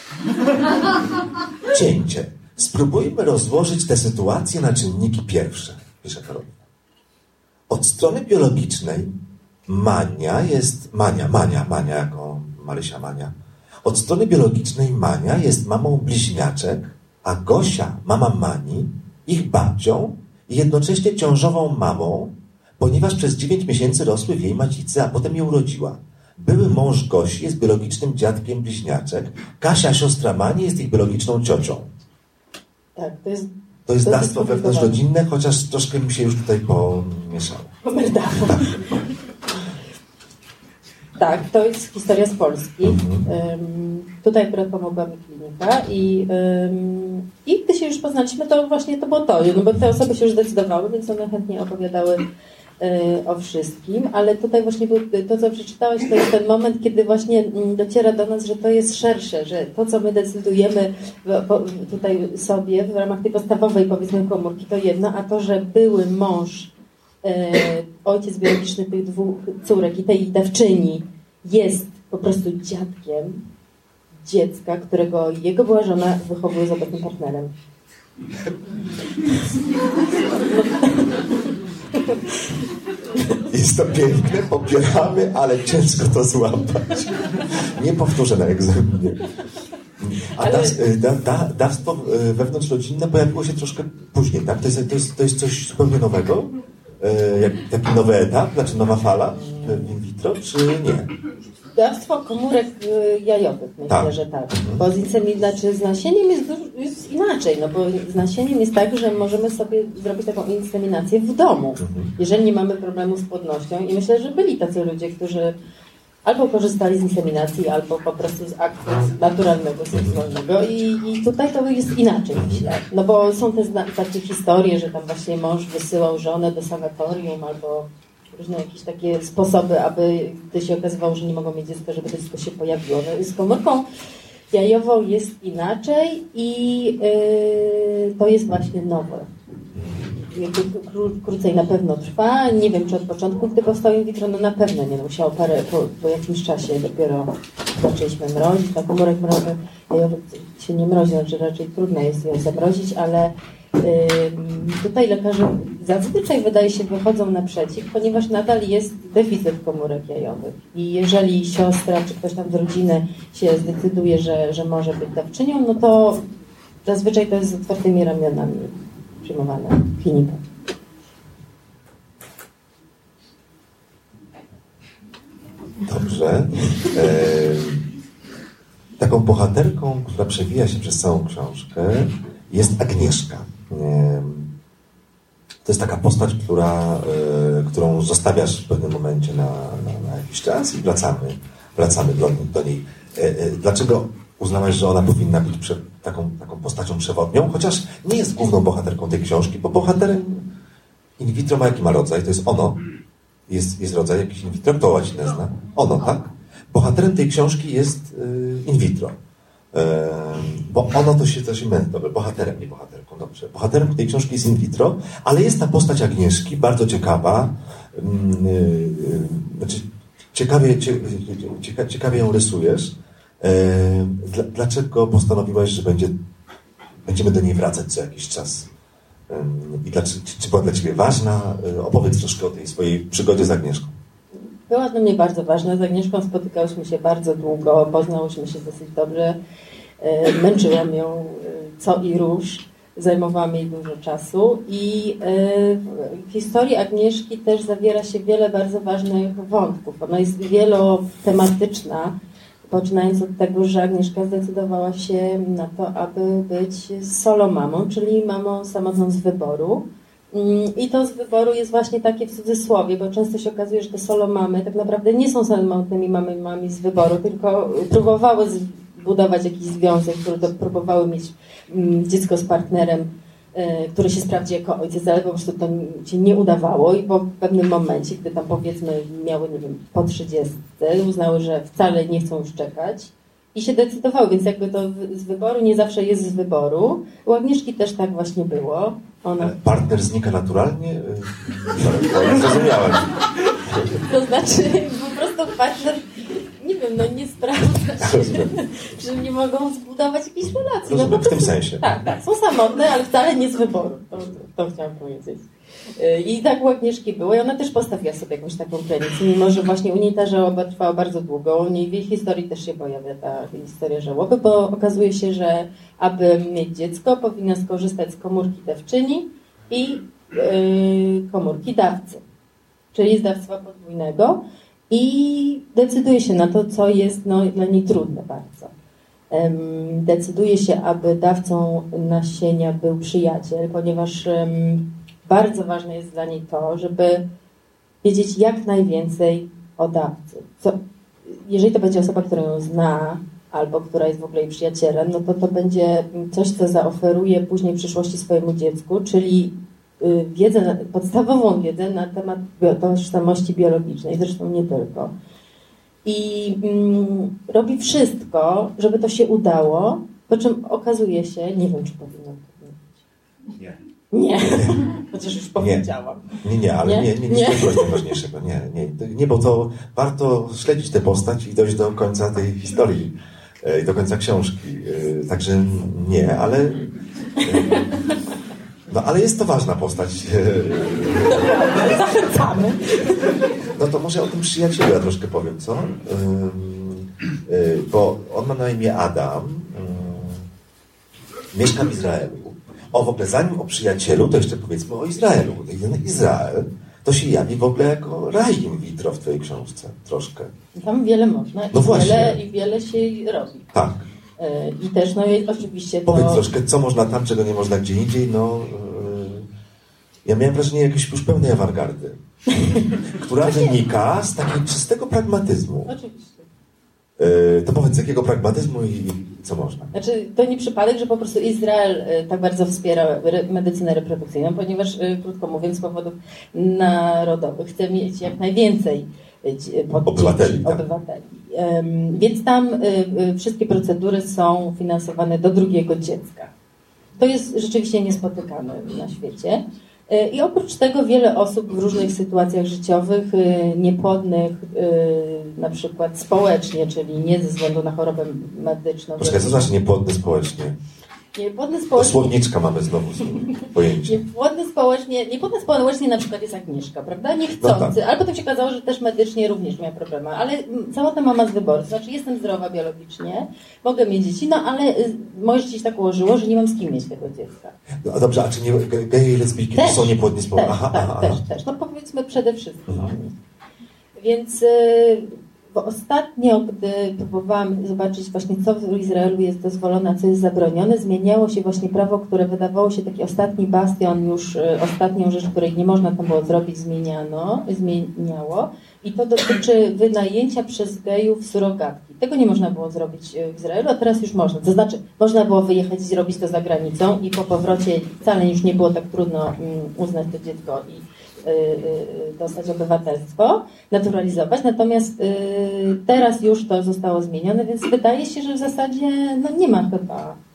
Cięcie. Spróbujmy rozłożyć tę sytuację na czynniki pierwsze, pisze Karolina. Od strony biologicznej Mania jako Marysia Mania. Od strony biologicznej Mania jest mamą bliźniaczek, a Gosia, mama Mani, ich babcią i jednocześnie ciążową mamą, ponieważ przez 9 miesięcy rosły w jej macicy, a potem je urodziła. Były mąż Gosi jest biologicznym dziadkiem bliźniaczek. Kasia, siostra Mani, jest ich biologiczną ciocią. Tak, to jest dawstwo wewnątrzrodzinne, chociaż troszkę mi się już tutaj pomieszało. Pomerdało. Tak, to jest historia z Polski. Tutaj akurat pomogła mi klinika i gdy się już poznaliśmy, to właśnie to było to, bo te osoby się już zdecydowały, więc one chętnie opowiadały o wszystkim, ale tutaj właśnie to, co przeczytałeś, to jest ten moment, kiedy właśnie dociera do nas, że to jest szersze, że to, co my decydujemy tutaj sobie w ramach tej podstawowej, powiedzmy, komórki, to jedno, a to, że były mąż, ojciec biologiczny tych 2 córek i tej dawczyni jest po prostu dziadkiem dziecka, którego jego była żona wychowuje z obecnym partnerem. Jest to piękne, popieramy, ale ciężko to złapać. Nie powtórzę na egzaminie. A dawstwo wewnątrzrodzinne pojawiło się troszkę później, tak? To jest coś zupełnie nowego? Taki nowy etap, znaczy nowa fala in vitro, czy nie? Dawstwo komórek jajowych, myślę, że tak. Bo z nasieniem jest inaczej, bo z nasieniem jest tak, że możemy sobie zrobić taką inseminację w domu, jeżeli nie mamy problemu z płodnością. I myślę, że byli tacy ludzie, którzy albo korzystali z inseminacji, albo po prostu z aktu naturalnego, seksualnego. I tutaj to jest inaczej, myślę. Bo są takie historie, że tam właśnie mąż wysyłał żonę do sanatorium, albo różne jakieś takie sposoby, aby gdy się okazywało, że nie mogą mieć dziecka, żeby to dziecko się pojawiło. Z komórką jajową jest inaczej i to jest właśnie nowe. Krócej na pewno trwa. Nie wiem, czy od początku, gdy powstał in vitro, na pewno nie. Musiało po jakimś czasie dopiero zaczęliśmy mrozić. Na komórek jajowych się nie mrozi, znaczy raczej trudno jest ją zamrozić, ale tutaj lekarze zazwyczaj, wydaje się, wychodzą naprzeciw, ponieważ nadal jest deficyt komórek jajowych. I jeżeli siostra czy ktoś tam z rodziny się zdecyduje, że może być dawczynią, no to zazwyczaj to jest z otwartymi ramionami przyjmowane w klinikach. Dobrze. Taką bohaterką, która przewija się przez całą książkę, jest Agnieszka. To jest taka postać, którą zostawiasz w pewnym momencie na jakiś czas i wracamy do niej. Dlaczego uznałaś, że ona powinna być taką postacią przewodnią? Chociaż nie jest główną bohaterką tej książki, bo bohaterem in vitro jaki ma rodzaj? To jest ono. Jest rodzaj jakiś in vitro? Kto łacinę zna? Ono, tak? Bohaterem tej książki jest in vitro. Bo ono to się mylą. Dobrze, bohaterem, nie bohaterką. Dobrze. Bohaterem tej książki jest in vitro, ale jest ta postać Agnieszki, bardzo ciekawa. Znaczy, ciekawie ją rysujesz. Dlaczego postanowiłaś, że będziemy do niej wracać co jakiś czas? I czy była dla Ciebie ważna? Opowiedz troszkę o tej swojej przygodzie z Agnieszką. była dla mnie bardzo ważna. Z Agnieszką spotykałyśmy się bardzo długo, poznałyśmy się dosyć dobrze. Męczyłam ją co i róż, zajmowałam jej dużo czasu i w historii Agnieszki też zawiera się wiele bardzo ważnych wątków. Ona jest wielotematyczna, poczynając od tego, że Agnieszka zdecydowała się na to, aby być solo mamą, czyli mamą samotną z wyboru. I to z wyboru jest właśnie takie w cudzysłowie, bo często się okazuje, że te solo mamy tak naprawdę nie są samotnymi mamami z wyboru, tylko próbowały zbudować jakiś związek, które próbowały mieć dziecko z partnerem, który się sprawdzi jako ojciec, ale po prostu to się nie udawało i po pewnym momencie, gdy tam powiedzmy miały, nie wiem, po 30, uznały, że wcale nie chcą już czekać i się decydowały, więc jakby to z wyboru nie zawsze jest z wyboru. U Agnieszki też tak właśnie było. Ona... Partner znika naturalnie? Nie zrozumiałem. To znaczy po prostu partner, nie wiem, no nie sprawdza się, że nie mogą zbudować jakiejś relacji. Rozumiem, no, w tym sensie. Tak, są samotne, ale wcale nie z wyboru. To chciałam powiedzieć. I tak u Agnieszki było i ona też postawiła sobie jakąś taką granicę, mimo że właśnie u niej ta żałoba trwała bardzo długo. U niej w jej historii też się pojawia ta historia żałoby, bo okazuje się, że aby mieć dziecko, powinna skorzystać z komórki dawczyni i komórki dawcy, czyli z dawstwa podwójnego i decyduje się na to, co jest dla niej trudne bardzo. Decyduje się, aby dawcą nasienia był przyjaciel, ponieważ bardzo ważne jest dla niej to, żeby wiedzieć jak najwięcej o dawcy. Jeżeli to będzie osoba, która ją zna, albo która jest w ogóle jej przyjacielem, no to będzie coś, co zaoferuje później w przyszłości swojemu dziecku, czyli wiedzę, podstawową wiedzę na temat tożsamości biologicznej, zresztą nie tylko. I robi wszystko, żeby to się udało, po czym okazuje się, nie wiem, czy powinnam powiedzieć. Nie. Chociaż już powiedziałam. Nie, ale nie skończyłaś najważniejszego. Nie, bo to warto śledzić tę postać i dojść do końca tej historii i do końca książki. Także nie, ale... No, ale jest to ważna postać. Zachęcamy. No to może o tym przyjacielu ja troszkę powiem, co? Bo on ma na imię Adam. Mieszka w Izraelu. W ogóle zanim o przyjacielu, to jeszcze powiedzmy o Izraelu. Ten Izrael to się jawi w ogóle jako raj in vitro w twojej książce. Troszkę. Tam wiele można i wiele się robi. Tak. I też, oczywiście to... Powiedz troszkę, co można tam, czego nie można gdzie indziej. Ja miałem wrażenie jakiejś już pełnej awangardy, która wynika z takiego czystego pragmatyzmu. Oczywiście. To powiedz, jakiego pragmatyzmu i co można? Znaczy, to nie przypadek, że po prostu Izrael tak bardzo wspiera medycynę reprodukcyjną, ponieważ, krótko mówiąc, z powodów narodowych chce mieć jak najwięcej obywateli. Więc tam wszystkie procedury są finansowane do drugiego dziecka. To jest rzeczywiście niespotykane na świecie. I oprócz tego wiele osób w różnych sytuacjach życiowych, niepłodnych, na przykład społecznie, czyli nie ze względu na chorobę medyczną. Poczekaj, co znaczy niepłodny społecznie? Niepłodny społecznie... Słowniczka mamy znowu pojęcie. Niepłodny społecznie na przykład jest Agnieszka, prawda? Niechcący. No tak. Ale potem się okazało, że też medycznie również miała problemy. Ale cała ta mama z wyboru. To znaczy jestem zdrowa biologicznie, mogę mieć dzieci, ale moje życie się tak ułożyło, że nie mam z kim mieć tego dziecka. No dobrze, a czy geje i lesbijki też są niepłodni społecznie? Też. No powiedzmy przede wszystkim. Więc... Bo ostatnio, gdy próbowałam zobaczyć właśnie, co w Izraelu jest dozwolone, a co jest zabronione, zmieniało się właśnie prawo, które wydawało się taki ostatni bastion, już ostatnią rzecz, której nie można tam było zrobić, zmieniało. I to dotyczy wynajęcia przez gejów surogatki. Tego nie można było zrobić w Izraelu, a teraz już można. To znaczy, można było wyjechać i zrobić to za granicą i po powrocie wcale już nie było tak trudno uznać to dziecko i dostać obywatelstwo, naturalizować, natomiast teraz już to zostało zmienione, więc wydaje się, że w zasadzie nie ma chyba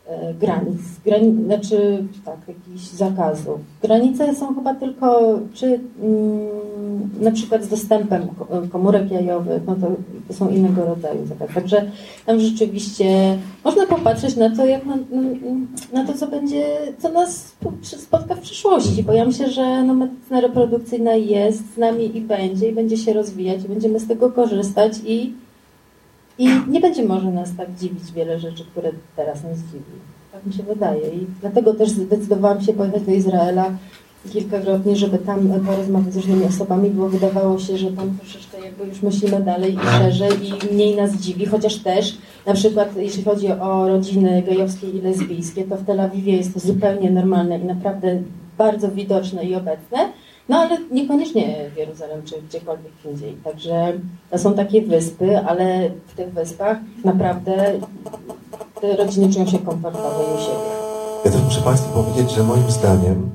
granic, znaczy tak, jakichś zakazów. Granice są chyba tylko na przykład z dostępem komórek jajowych, no to są innego rodzaju zakazy. Także tam rzeczywiście można popatrzeć na to, jak na to, co nas spotka w przyszłości, bo ja myślę, że medycyna reprodukcyjna jest z nami i będzie się rozwijać i będziemy z tego korzystać i nie będzie może nas tak dziwić wiele rzeczy, które teraz nas dziwi. Tak mi się wydaje. I dlatego też zdecydowałam się pojechać do Izraela kilkakrotnie, żeby tam porozmawiać z różnymi osobami, bo wydawało się, że tam troszeczkę jakby już myślimy dalej i szerzej i mniej nas dziwi, chociaż też na przykład jeśli chodzi o rodziny gejowskie i lesbijskie, to w Tel Awiwie jest to zupełnie normalne i naprawdę bardzo widoczne i obecne. No ale niekoniecznie w Jeruzalem czy gdziekolwiek indziej. Także to są takie wyspy, ale w tych wyspach naprawdę te rodziny czują się komfortowo i u siebie. Ja też muszę Państwu powiedzieć, że moim zdaniem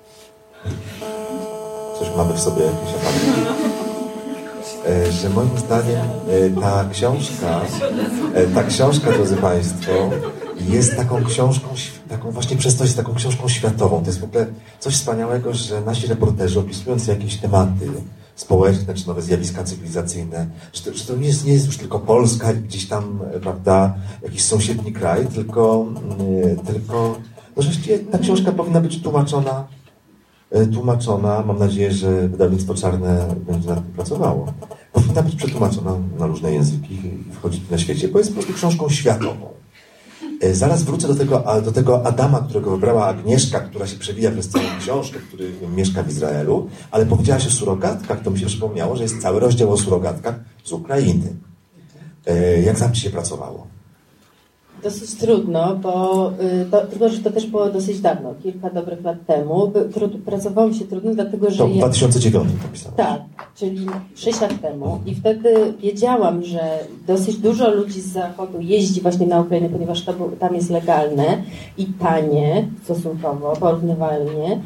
coś mamy w sobie jakieś efekty. Że moim zdaniem ta książka, drodzy Państwo, jest taką książką, taką właśnie przez to jest taką książką światową. To jest w ogóle coś wspaniałego, że nasi reporterzy, opisując jakieś tematy społeczne czy nowe zjawiska cywilizacyjne, że to nie jest już tylko Polska, gdzieś tam, prawda, jakiś sąsiedni kraj, tylko no rzeczywiście ta książka powinna być tłumaczona, mam nadzieję, że wydawnictwo Czarne będzie nad tym pracowało. Powinna być przetłumaczona na różne języki i wchodzić na świecie, bo jest po prostu książką światową. Zaraz wrócę do tego Adama, którego wybrała Agnieszka, która się przewija przez całą książkę, który mieszka w Izraelu, ale powiedziałaś o surogatkach, to mi się przypomniało, że jest cały rozdział o surogatkach z Ukrainy. Jak tam ci się pracowało? Dosyć trudno, bo tylko że to też było dosyć dawno, kilka dobrych lat temu. Pracowało mi się trudno, dlatego że... To w 2009 napisałeś. Tak, czyli 6 lat temu. I wtedy wiedziałam, że dosyć dużo ludzi z Zachodu jeździ właśnie na Ukrainę, ponieważ tam jest legalne i tanie stosunkowo, porównywalnie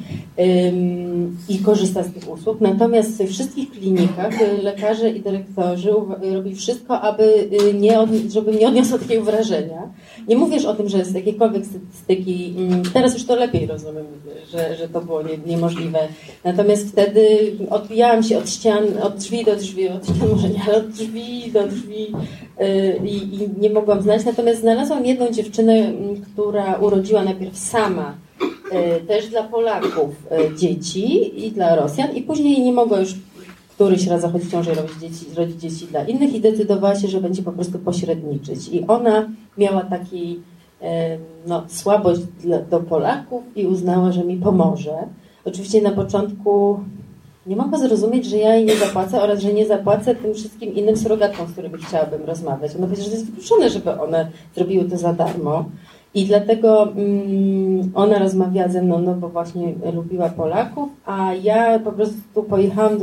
i korzysta z tych usług. Natomiast w tych wszystkich klinikach lekarze i dyrektorzy robili wszystko, żeby nie odniosło takiego wrażenia. Nie mówisz o tym, że z jakiejkolwiek statystyki, teraz już to lepiej rozumiem, że to było niemożliwe. Natomiast wtedy odbijałam się od ścian, od drzwi do drzwi, od ścian może nie, ale od drzwi do drzwi i nie mogłam znaleźć. Natomiast znalazłam jedną dziewczynę, która urodziła najpierw sama też dla Polaków dzieci i dla Rosjan i później nie mogła już któryś raz zachodzić w ciąży i rodzić dzieci dla innych i decydowała się, że będzie po prostu pośredniczyć. I ona miała taki słabość do Polaków i uznała, że mi pomoże. Oczywiście na początku nie mogła zrozumieć, że ja jej nie zapłacę oraz, że nie zapłacę tym wszystkim innym surogatkom, z którymi chciałabym rozmawiać. Ona powiedziała, że to jest wykluczone, żeby one zrobiły to za darmo. I dlatego ona rozmawiała ze mną, no bo właśnie lubiła Polaków, a ja po prostu pojechałam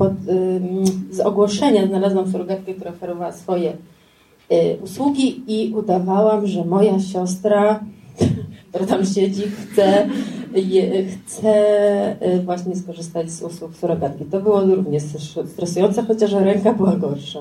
z ogłoszenia, znalazłam surogatkę, która oferowała swoje usługi i udawałam, że moja siostra, która tam siedzi, chce właśnie skorzystać z usług surogatki. To było również stresujące, chociaż ręka była gorsza.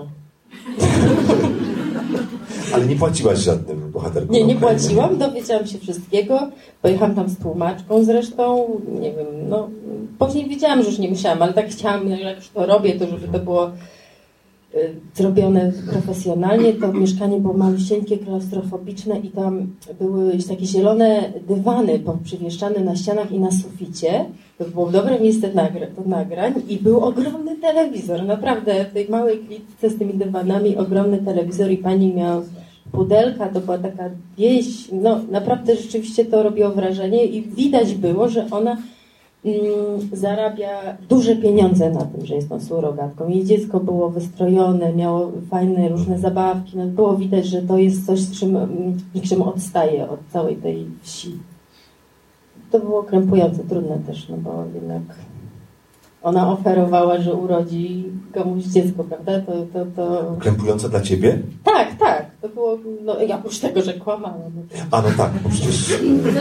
Ale nie płaciłaś żadnym bohaterkom? Nie płaciłam, dowiedziałam się wszystkiego. Pojechałam tam z tłumaczką zresztą, nie wiem, później wiedziałam, że już nie musiałam, ale tak chciałam, jak już to robię, to żeby to było zrobione profesjonalnie. To mieszkanie było malusieńkie, klaustrofobiczne i tam były takie zielone dywany przywieszczane na ścianach i na suficie. To było dobre miejsce do nagrań i był ogromny telewizor. Naprawdę w tej małej klitce z tymi dywanami ogromny telewizor i pani miała pudelka, to była taka wieś. Naprawdę rzeczywiście to robiło wrażenie i widać było, że ona zarabia duże pieniądze na tym, że jest tą surogatką. Jej dziecko było wystrojone, miało fajne różne zabawki. Było widać, że to jest coś, czym odstaje od całej tej wsi. To było krępujące, trudne też, bo jednak ona oferowała, że urodzi komuś dziecko, prawda? To... Krępujące dla ciebie? Tak. To było, oprócz tego, że kłamała. A no tak, bo przecież...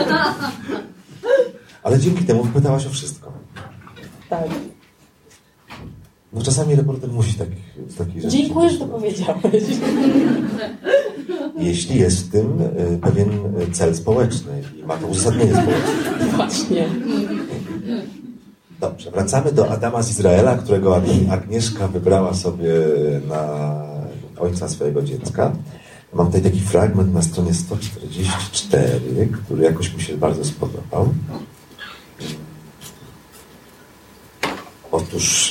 Ale dzięki temu wypytałaś o wszystko. Tak. Czasami reporter musi takich rzeczy. Dziękuję, że to powiedziałeś. jeśli jest w tym pewien cel społeczny i ma to uzasadnienie społeczne. Właśnie. Dobrze, wracamy do Adama z Izraela, którego Agnieszka wybrała sobie na ojca swojego dziecka. Mam tutaj taki fragment na stronie 144, który jakoś mi się bardzo spodobał. Otóż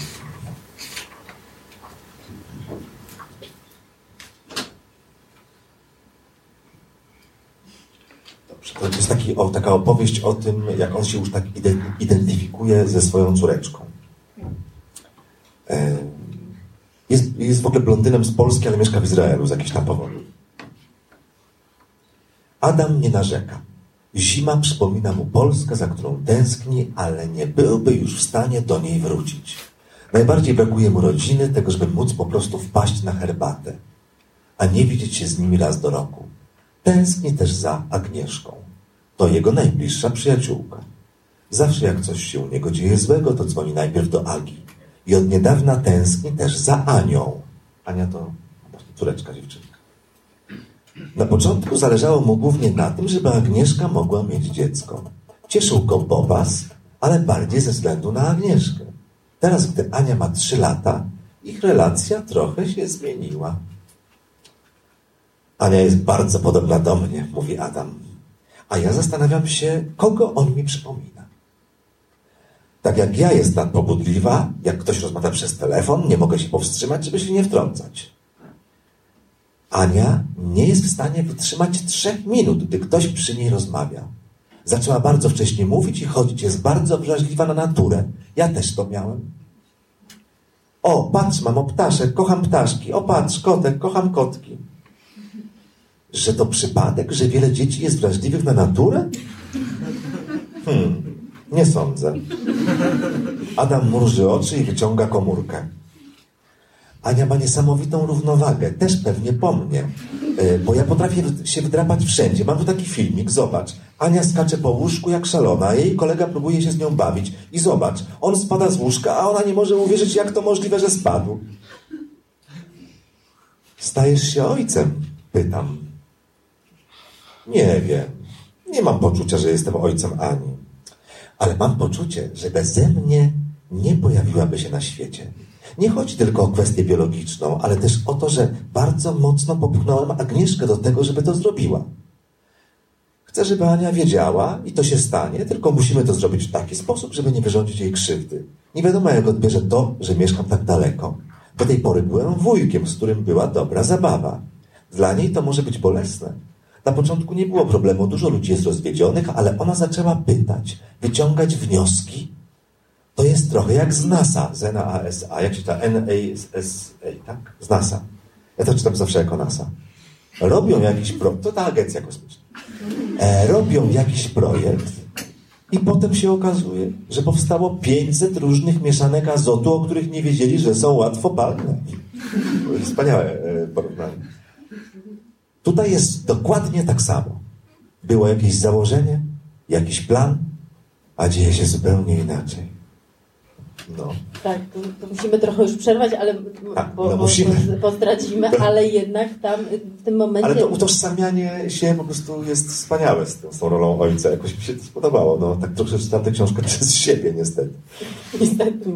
dobrze, to jest taka opowieść o tym, jak on się już tak identyfikuje ze swoją córeczką. Jest w ogóle blondynem z Polski, ale mieszka w Izraelu z jakichś tam powodów. Adam nie narzeka. Zima przypomina mu Polskę, za którą tęskni, ale nie byłby już w stanie do niej wrócić. Najbardziej brakuje mu rodziny, tego, żeby móc po prostu wpaść na herbatę, a nie widzieć się z nimi raz do roku. Tęskni też za Agnieszką. To jego najbliższa przyjaciółka. Zawsze jak coś się u niego dzieje złego, to dzwoni najpierw do Agi. I od niedawna tęskni też za Anią. Ania to córeczka, dziewczynka. Na początku zależało mu głównie na tym, żeby Agnieszka mogła mieć dziecko. Cieszył go Bobas, ale bardziej ze względu na Agnieszkę. Teraz, gdy Ania ma 3 lata, ich relacja trochę się zmieniła. Ania jest bardzo podobna do mnie, mówi Adam. A ja zastanawiam się, kogo on mi przypomina. Tak jak ja jestem pobudliwa, jak ktoś rozmawia przez telefon, nie mogę się powstrzymać, żeby się nie wtrącać. Ania nie jest w stanie wytrzymać 3 minut, gdy ktoś przy niej rozmawia. Zaczęła bardzo wcześnie mówić i chodzić. Jest bardzo wrażliwa na naturę. Ja też to miałem. O, patrz, mamo, ptaszek, kocham ptaszki. O, patrz, kotek, kocham kotki. Że to przypadek, że wiele dzieci jest wrażliwych na naturę? Nie sądzę. Adam mruży oczy i wyciąga komórkę. Ania ma niesamowitą równowagę, też pewnie po mnie, bo ja potrafię się wdrapać wszędzie. Mam tu taki filmik, zobacz. Ania skacze po łóżku jak szalona, a jej kolega próbuje się z nią bawić. I zobacz, on spada z łóżka, a ona nie może uwierzyć, jak to możliwe, że spadł. Stajesz się ojcem? Pytam. Nie wiem. Nie mam poczucia, że jestem ojcem Ani. Ale mam poczucie, że beze mnie nie pojawiłaby się na świecie. Nie chodzi tylko o kwestię biologiczną, ale też o to, że bardzo mocno popchnąłem Agnieszkę do tego, żeby to zrobiła. Chcę, żeby Ania wiedziała i to się stanie, tylko musimy to zrobić w taki sposób, żeby nie wyrządzić jej krzywdy. Nie wiadomo, jak odbierze to, że mieszkam tak daleko. Do tej pory byłem wujkiem, z którym była dobra zabawa. Dla niej to może być bolesne. Na początku nie było problemu, dużo ludzi jest rozwiedzionych, ale ona zaczęła pytać, wyciągać wnioski. To jest trochę jak z NASA, z NASA, jak się czyta NASA, tak? Z NASA. Ja to czytam zawsze jako NASA. Robią jakiś projekt, to ta agencja kosmiczna. Robią jakiś projekt i potem się okazuje, że powstało 500 różnych mieszanek azotu, o których nie wiedzieli, że są łatwopalne. Wspaniałe porównanie. Tutaj jest dokładnie tak samo. Było jakieś założenie, jakiś plan, a dzieje się zupełnie inaczej. No. Tak, to musimy trochę już przerwać, ale bo zdradzimy, ale jednak tam w tym momencie... Ale to utożsamianie się po prostu jest wspaniałe z tą rolą ojca. Jakoś mi się to spodobało. No, tak trochę czytam tę książkę przez siebie, niestety. Niestety.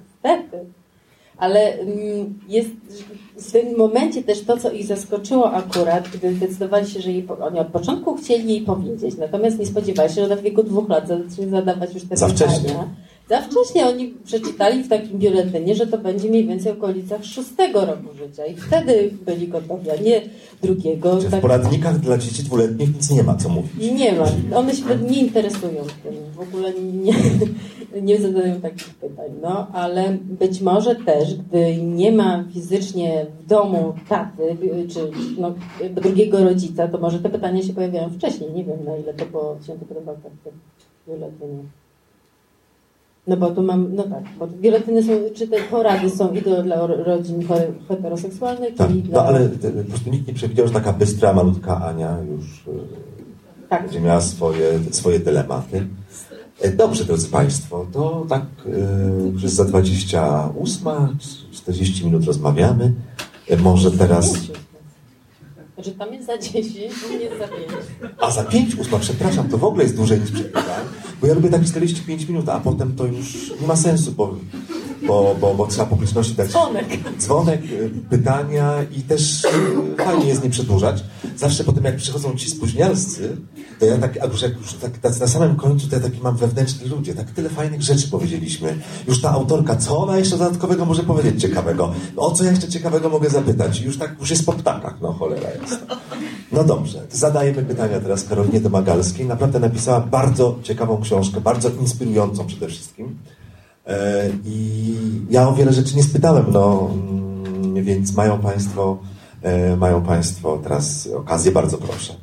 Ale jest w tym momencie też to, co ich zaskoczyło akurat, gdy zdecydowali się, że oni od początku chcieli jej powiedzieć, natomiast nie spodziewali się, że ona w wieku 2 lat zacznie zadawać już te pytania. Za wcześnie oni przeczytali w takim biuletynie, że to będzie mniej więcej w okolicach 6 roku życia i wtedy byli gotowi, a nie 2. W poradnikach dla dzieci 2-letnich nic nie ma co mówić. Nie ma. One się nie interesują tym. W ogóle nie zadają takich pytań. No, ale być może też, gdy nie ma fizycznie w domu taty, czy drugiego rodzica, to może te pytania się pojawiają wcześniej. Nie wiem, na ile to było się to podobało tak w biuletynie. No bo tu mam, no tak, bo biuletyny są, czy te porady są i dla rodzin heteroseksualnych, tak, i dla... No ale po prostu nikt nie przewidział, że taka bystra, malutka Ania już będzie miała swoje dylematy. Dobrze, drodzy Państwo, to tak już jest za 28, 40 minut rozmawiamy. Może teraz... Znaczy tam jest za 10, u mnie jest za 5. A za 5:08, przepraszam, to w ogóle jest dłużej niż przed bo ja lubię tak 45 minut, a potem to już nie ma sensu, bo trzeba publiczności dać dzwonek, pytania i też fajnie jest nie przedłużać. Zawsze potem jak przychodzą ci spóźnialscy, to ja tak, tak na samym końcu to ja taki mam wewnętrzny ludzie, tak tyle fajnych rzeczy powiedzieliśmy. Już ta autorka, co ona jeszcze dodatkowego może powiedzieć ciekawego? O co ja jeszcze ciekawego mogę zapytać? Już jest po ptakach, no cholera jest. No dobrze, zadajemy pytania teraz Karolinie Domagalskiej. Naprawdę napisała bardzo ciekawą książkę, bardzo inspirującą przede wszystkim. I ja o wiele rzeczy nie spytałem, więc mają Państwo teraz okazję, bardzo proszę.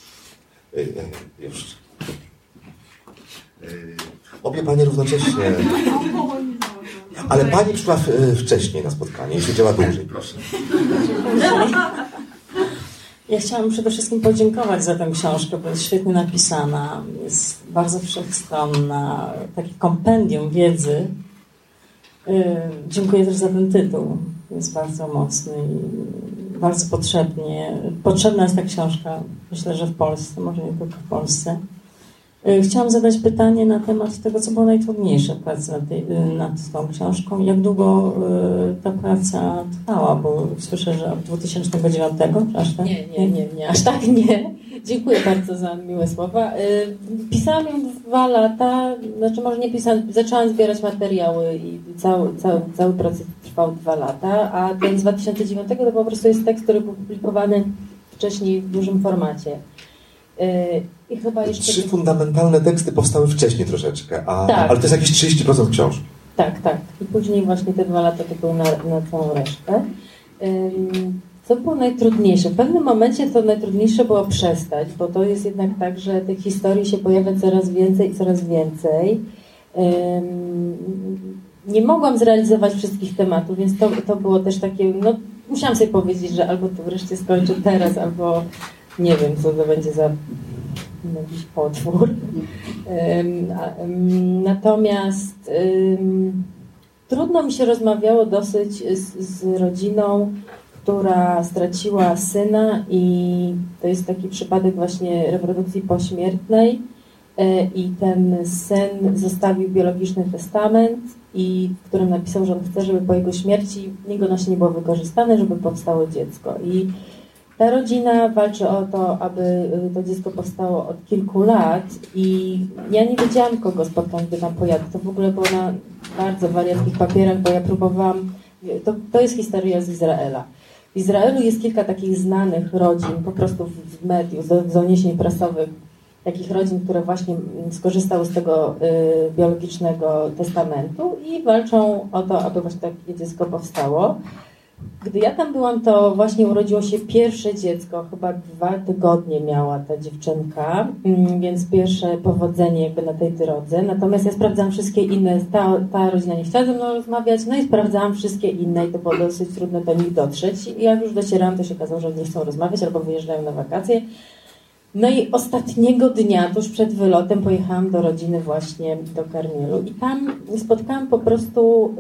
Już. Obie Panie równocześnie. Ale Pani przyszła wcześniej na spotkanie i siedziała dłużej, proszę. Ja chciałam przede wszystkim podziękować za tę książkę, bo jest świetnie napisana, jest bardzo wszechstronna, takie kompendium wiedzy. Dziękuję też za ten tytuł, jest bardzo mocny i bardzo potrzebna jest ta książka, myślę, że w Polsce, może nie tylko w Polsce. Chciałam zadać pytanie na temat tego, co było najtrudniejsze w pracy nad tą książką. Jak długo ta praca trwała? Bo słyszę, że od 2009, aż tak? Nie, aż tak nie. Dziękuję bardzo za miłe słowa. Pisałam ją 2 lata, znaczy może nie pisałam, zaczęłam zbierać materiały i cały proces trwał 2 lata, a ten z 2009 to po prostu jest tekst, który był publikowany wcześniej w dużym formacie. I chyba jeszcze 3 fundamentalne teksty powstały wcześniej troszeczkę, tak. Ale to jest jakieś 30% książki. Tak. I później właśnie te 2 lata to były na całą resztę. Co było najtrudniejsze? W pewnym momencie to najtrudniejsze było przestać, bo to jest jednak tak, że tych historii się pojawia coraz więcej i coraz więcej. Nie mogłam zrealizować wszystkich tematów, więc to było też takie, musiałam sobie powiedzieć, że albo to wreszcie skończę teraz, albo nie wiem, co to będzie za jakiś potwór. Natomiast trudno mi się rozmawiało dosyć z rodziną, która straciła syna i to jest taki przypadek właśnie reprodukcji pośmiertnej i ten syn zostawił biologiczny testament, w którym napisał, że on chce, żeby po jego śmierci jego nasienie było wykorzystane, żeby powstało dziecko. I ta rodzina walczy o to, aby to dziecko powstało od kilku lat i ja nie wiedziałam, kogo spotkam, gdy tam pojadę. To w ogóle było na bardzo wariackich papierach, bo ja próbowałam... To jest historia z Izraela. W Izraelu jest kilka takich znanych rodzin, po prostu w mediów, z doniesień prasowych, takich rodzin, które właśnie skorzystały z tego biologicznego testamentu i walczą o to, aby właśnie takie dziecko powstało. Gdy ja tam byłam, to właśnie urodziło się pierwsze dziecko, chyba 2 tygodnie miała ta dziewczynka, więc pierwsze powodzenie jakby na tej drodze. Natomiast ja sprawdzałam wszystkie inne, ta rodzina nie chciała ze mną rozmawiać, no i sprawdzałam wszystkie inne i to było dosyć trudno do nich dotrzeć. I jak już docierałam, to się okazało, że nie chcą rozmawiać albo wyjeżdżają na wakacje. No i ostatniego dnia, tuż przed wylotem, pojechałam do rodziny właśnie do Karmielu i tam spotkałam po prostu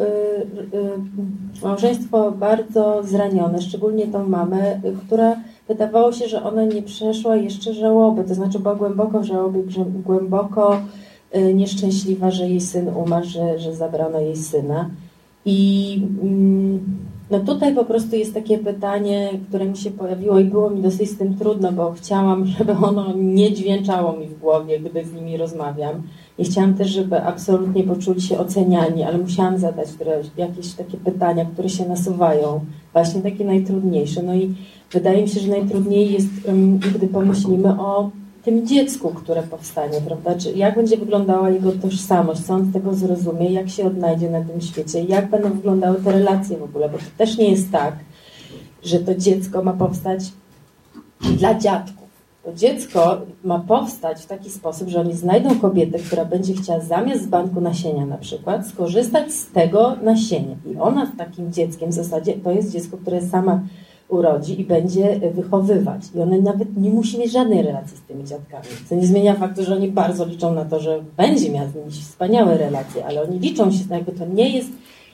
małżeństwo bardzo zranione, szczególnie tą mamę, która wydawało się, że ona nie przeszła jeszcze żałoby, to znaczy była głęboko w żałobie, głęboko nieszczęśliwa, że jej syn umarł, że zabrano jej syna. I no tutaj po prostu jest takie pytanie, które mi się pojawiło i było mi dosyć z tym trudno, bo chciałam, żeby ono nie dźwięczało mi w głowie, gdy z nimi rozmawiam. I chciałam też, żeby absolutnie poczuli się oceniani, ale musiałam zadać jakieś takie pytania, które się nasuwają, właśnie takie najtrudniejsze. No i wydaje mi się, że najtrudniej jest, gdy pomyślimy o tym dziecku, które powstanie, prawda? Czy jak będzie wyglądała jego tożsamość, co on z tego zrozumie, jak się odnajdzie na tym świecie, jak będą wyglądały te relacje w ogóle, bo to też nie jest tak, że to dziecko ma powstać dla dziadków. To dziecko ma powstać w taki sposób, że oni znajdą kobietę, która będzie chciała zamiast z banku nasienia na przykład skorzystać z tego nasienia. I ona z takim dzieckiem w zasadzie to jest dziecko, które sama urodzi i będzie wychowywać. I ona nawet nie musi mieć żadnej relacji z tymi dziadkami. Co nie zmienia faktu, że oni bardzo liczą na to, że będzie miała z nimi wspaniałe relacje, ale oni liczą się, jakby to nie jest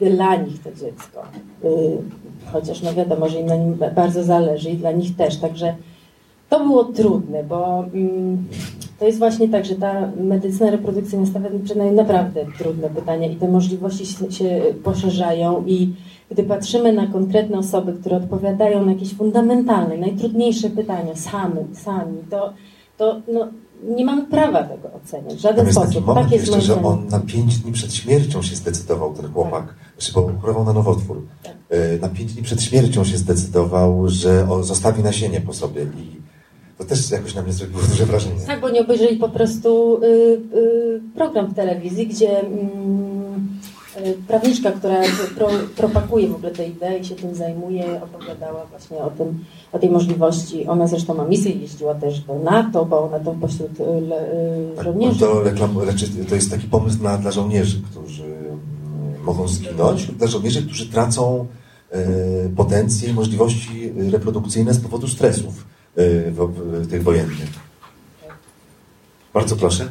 dla nich to dziecko. Chociaż no wiadomo, że im na nim bardzo zależy i dla nich też. Także to było trudne, bo to jest właśnie tak, że ta medycyna reprodukcyjna stawia przynajmniej naprawdę trudne pytania i te możliwości się poszerzają i gdy patrzymy na konkretne osoby, które odpowiadają na jakieś fundamentalne, najtrudniejsze pytania sami, to no, nie mamy prawa tego oceniać w żaden jest taki sposób. moment Tak jest jeszcze, że moim on na 5 dni przed śmiercią się zdecydował, ten chłopak, bo chorował na nowotwór. Tak. Na 5 dni przed śmiercią się zdecydował, że zostawi nasienie po sobie i to też jakoś na mnie zrobiło duże wrażenie. Tak, bo nie obejrzeli po prostu program w telewizji, gdzie prawniczka, która propaguje w ogóle tę ideę i się tym zajmuje, opowiadała właśnie o tej możliwości. Ona zresztą ma misję, jeździła też do NATO, bo ona to pośród żołnierzy. To jest taki pomysł dla żołnierzy, którzy mogą zginąć, dla żołnierzy, którzy tracą potencje i możliwości reprodukcyjne z powodu stresów tych wojennych. Bardzo proszę.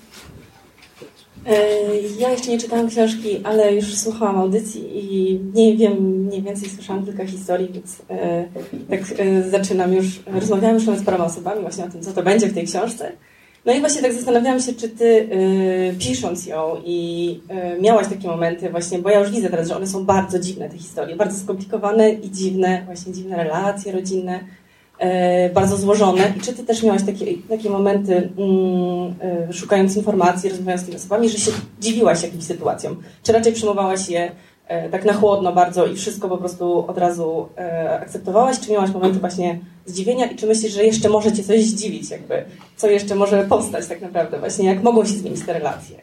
Ja jeszcze nie czytałam książki, ale już słuchałam audycji i nie wiem, mniej więcej słyszałam kilka historii, więc zaczynam już, rozmawiałam już z paroma osobami właśnie o tym, co to będzie w tej książce. No i właśnie tak zastanawiałam się, czy ty pisząc ją i miałaś takie momenty właśnie, bo ja już widzę teraz, że one są bardzo dziwne, te historie, bardzo skomplikowane i dziwne, właśnie dziwne relacje rodzinne, bardzo złożone. I czy ty też miałaś takie momenty, szukając informacji, rozmawiając z tymi osobami, że się dziwiłaś jakimś sytuacjom? Czy raczej przyjmowałaś je tak na chłodno bardzo i wszystko po prostu od razu akceptowałaś? Czy miałaś momenty właśnie zdziwienia i czy myślisz, że jeszcze może cię coś zdziwić? Jakby, co jeszcze może powstać tak naprawdę? Właśnie jak mogą się zmienić te relacje?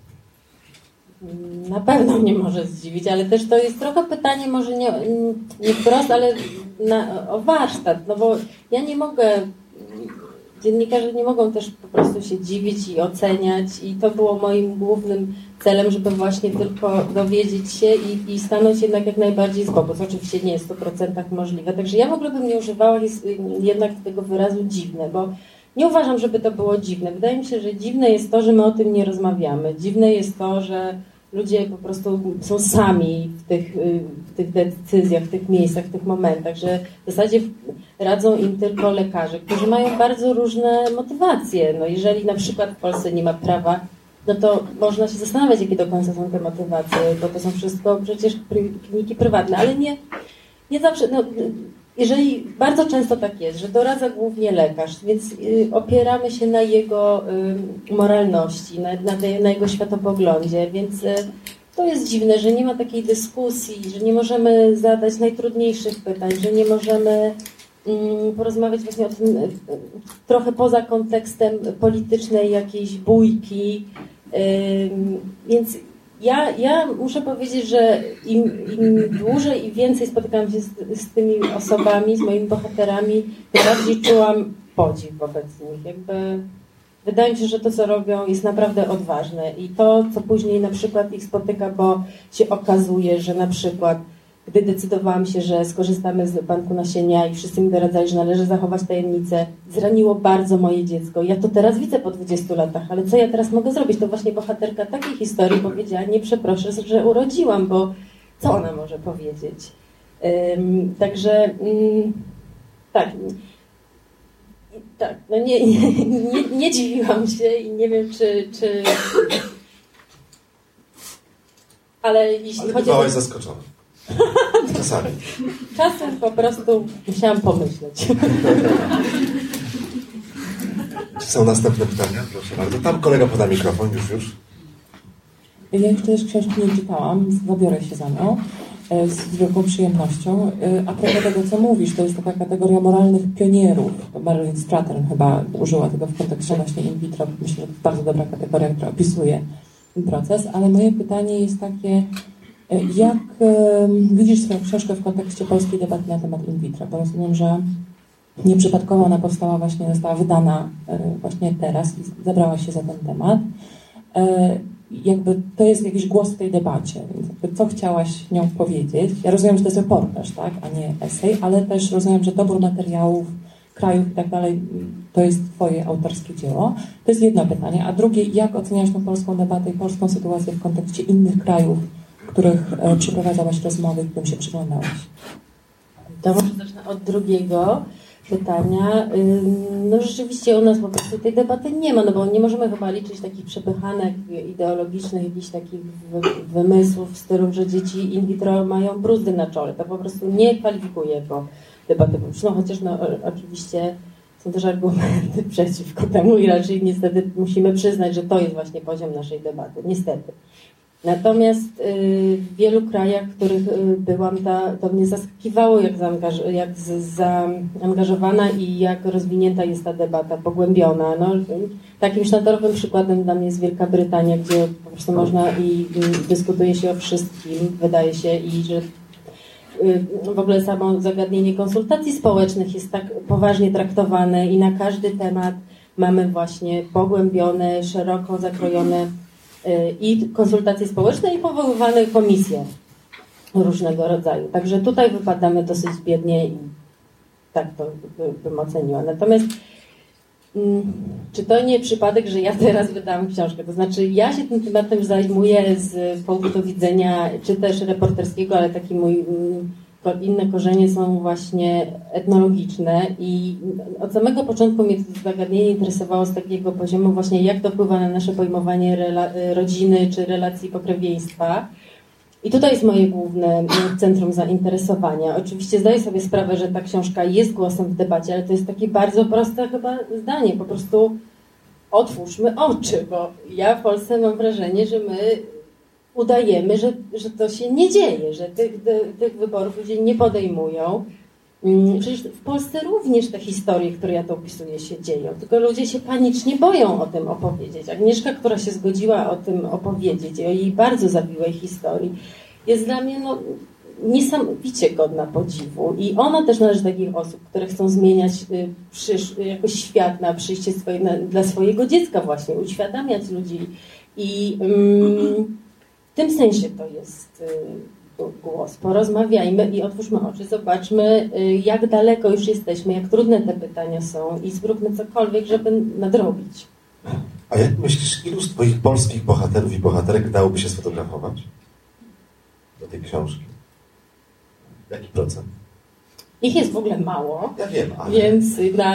Na pewno mnie może zdziwić, ale też to jest trochę pytanie, może nie wprost, ale o warsztat, no bo ja nie mogę, dziennikarze nie mogą też po prostu się dziwić i oceniać i to było moim głównym celem, żeby właśnie tylko dowiedzieć się i stanąć jednak jak najbardziej z boku, co oczywiście nie jest w 100% możliwe, także ja w ogóle bym nie używała jednak tego wyrazu dziwne, bo nie uważam, żeby to było dziwne. Wydaje mi się, że dziwne jest to, że my o tym nie rozmawiamy. Dziwne jest to, że ludzie po prostu są sami w tych decyzjach, w tych miejscach, w tych momentach, że w zasadzie radzą im tylko lekarze, którzy mają bardzo różne motywacje. No jeżeli na przykład w Polsce nie ma prawa, no to można się zastanawiać, jakie do końca są te motywacje, bo to są wszystko przecież kliniki prywatne, ale nie zawsze... No, jeżeli bardzo często tak jest, że doradza głównie lekarz, więc opieramy się na jego moralności, na jego światopoglądzie, więc to jest dziwne, że nie ma takiej dyskusji, że nie możemy zadać najtrudniejszych pytań, że nie możemy porozmawiać właśnie o tym trochę poza kontekstem politycznej jakiejś bójki, więc ja muszę powiedzieć, że im dłużej i więcej spotykałam się z tymi osobami, z moimi bohaterami, tym bardziej czułam podziw wobec nich. Jakby wydaje mi się, że to, co robią, jest naprawdę odważne i to, co później na przykład ich spotyka, bo się okazuje, że na przykład gdy decydowałam się, że skorzystamy z banku nasienia i wszyscy mi doradzali, że należy zachować tajemnicę, zraniło bardzo moje dziecko. Ja to teraz widzę po 20 latach, ale co ja teraz mogę zrobić? To właśnie bohaterka takiej historii powiedziała, nie przeproszę, że urodziłam, bo co ona może powiedzieć? Także tak, no nie dziwiłam się i nie wiem, czy... Ale jeśli chodzi o... byłaś zaskoczona. Czasami. Czasem po prostu musiałam pomyśleć. Czy są następne pytania? Proszę bardzo. Tam kolega poda mikrofon, już. Ja jeszcze też książki nie czytałam, zabiorę się za nią z wielką przyjemnością. A propos tego, co mówisz, to jest taka kategoria moralnych pionierów. Marilyn Strathern chyba użyła tego w kontekście właśnie in vitro. Myślę, że to jest bardzo dobra kategoria, która opisuje ten proces. Ale moje pytanie jest takie, jak widzisz swoją książkę w kontekście polskiej debaty na temat in vitro? Bo rozumiem, że nieprzypadkowo ona została wydana właśnie teraz i zabrałaś się za ten temat. Jakby to jest jakiś głos w tej debacie, więc jakby co chciałaś nią powiedzieć? Ja rozumiem, że to jest reportaż, tak, a nie esej, ale też rozumiem, że dobór materiałów, krajów i tak dalej, to jest twoje autorskie dzieło. To jest jedno pytanie. A drugie, jak oceniasz tą polską debatę i polską sytuację w kontekście innych krajów, których przeprowadzałaś rozmowy, którym się przyglądałaś? To może zacznę od drugiego pytania. No rzeczywiście u nas po prostu tej debaty nie ma, no bo nie możemy chyba liczyć takich przepychanek ideologicznych, jakichś takich wymysłów w stylu, że dzieci in vitro mają bruzdy na czole. To po prostu nie kwalifikuje jako debaty publiczną, chociaż no oczywiście są też argumenty przeciwko temu i raczej niestety musimy przyznać, że to jest właśnie poziom naszej debaty. Niestety. Natomiast w wielu krajach, w których byłam, to mnie zaskakiwało, jak zaangażowana i jak rozwinięta jest ta debata, pogłębiona. No, takim sztandarowym przykładem dla mnie jest Wielka Brytania, gdzie po prostu można i dyskutuje się o wszystkim, wydaje się, i że w ogóle samo zagadnienie konsultacji społecznych jest tak poważnie traktowane i na każdy temat mamy właśnie pogłębione, szeroko zakrojone i konsultacje społeczne i powoływane komisje różnego rodzaju. Także tutaj wypadamy dosyć biednie i tak to bym oceniła. Natomiast czy to nie przypadek, że ja teraz wydałam książkę? To znaczy ja się tym tematem zajmuję z punktu widzenia czy też reporterskiego, ale taki mój inne korzenie są właśnie etnologiczne i od samego początku mnie to zagadnienie interesowało z takiego poziomu właśnie jak to wpływa na nasze pojmowanie rodziny czy relacji pokrewieństwa. I tutaj jest moje główne centrum zainteresowania. Oczywiście zdaję sobie sprawę, że ta książka jest głosem w debacie, ale to jest takie bardzo proste chyba zdanie. Po prostu otwórzmy oczy, bo ja w Polsce mam wrażenie, że my udajemy, że to się nie dzieje, że tych wyborów ludzie nie podejmują. Przecież w Polsce również te historie, które ja tu opisuję, się dzieją, tylko ludzie się panicznie boją o tym opowiedzieć. Agnieszka, która się zgodziła o tym opowiedzieć, o jej bardzo zawiłej historii, jest dla mnie niesamowicie godna podziwu. I ona też należy do takich osób, które chcą zmieniać jakoś świat na przyjście dla swojego dziecka właśnie, uświadamiać ludzi. I w tym sensie to jest głos. Porozmawiajmy i otwórzmy oczy, zobaczmy, jak daleko już jesteśmy, jak trudne te pytania są i zróbmy cokolwiek, żeby nadrobić. A jak myślisz, ilu z twoich polskich bohaterów i bohaterek dałoby się sfotografować do tej książki? Jaki procent? Ich jest w ogóle mało. Ja wiem, ale... Więc na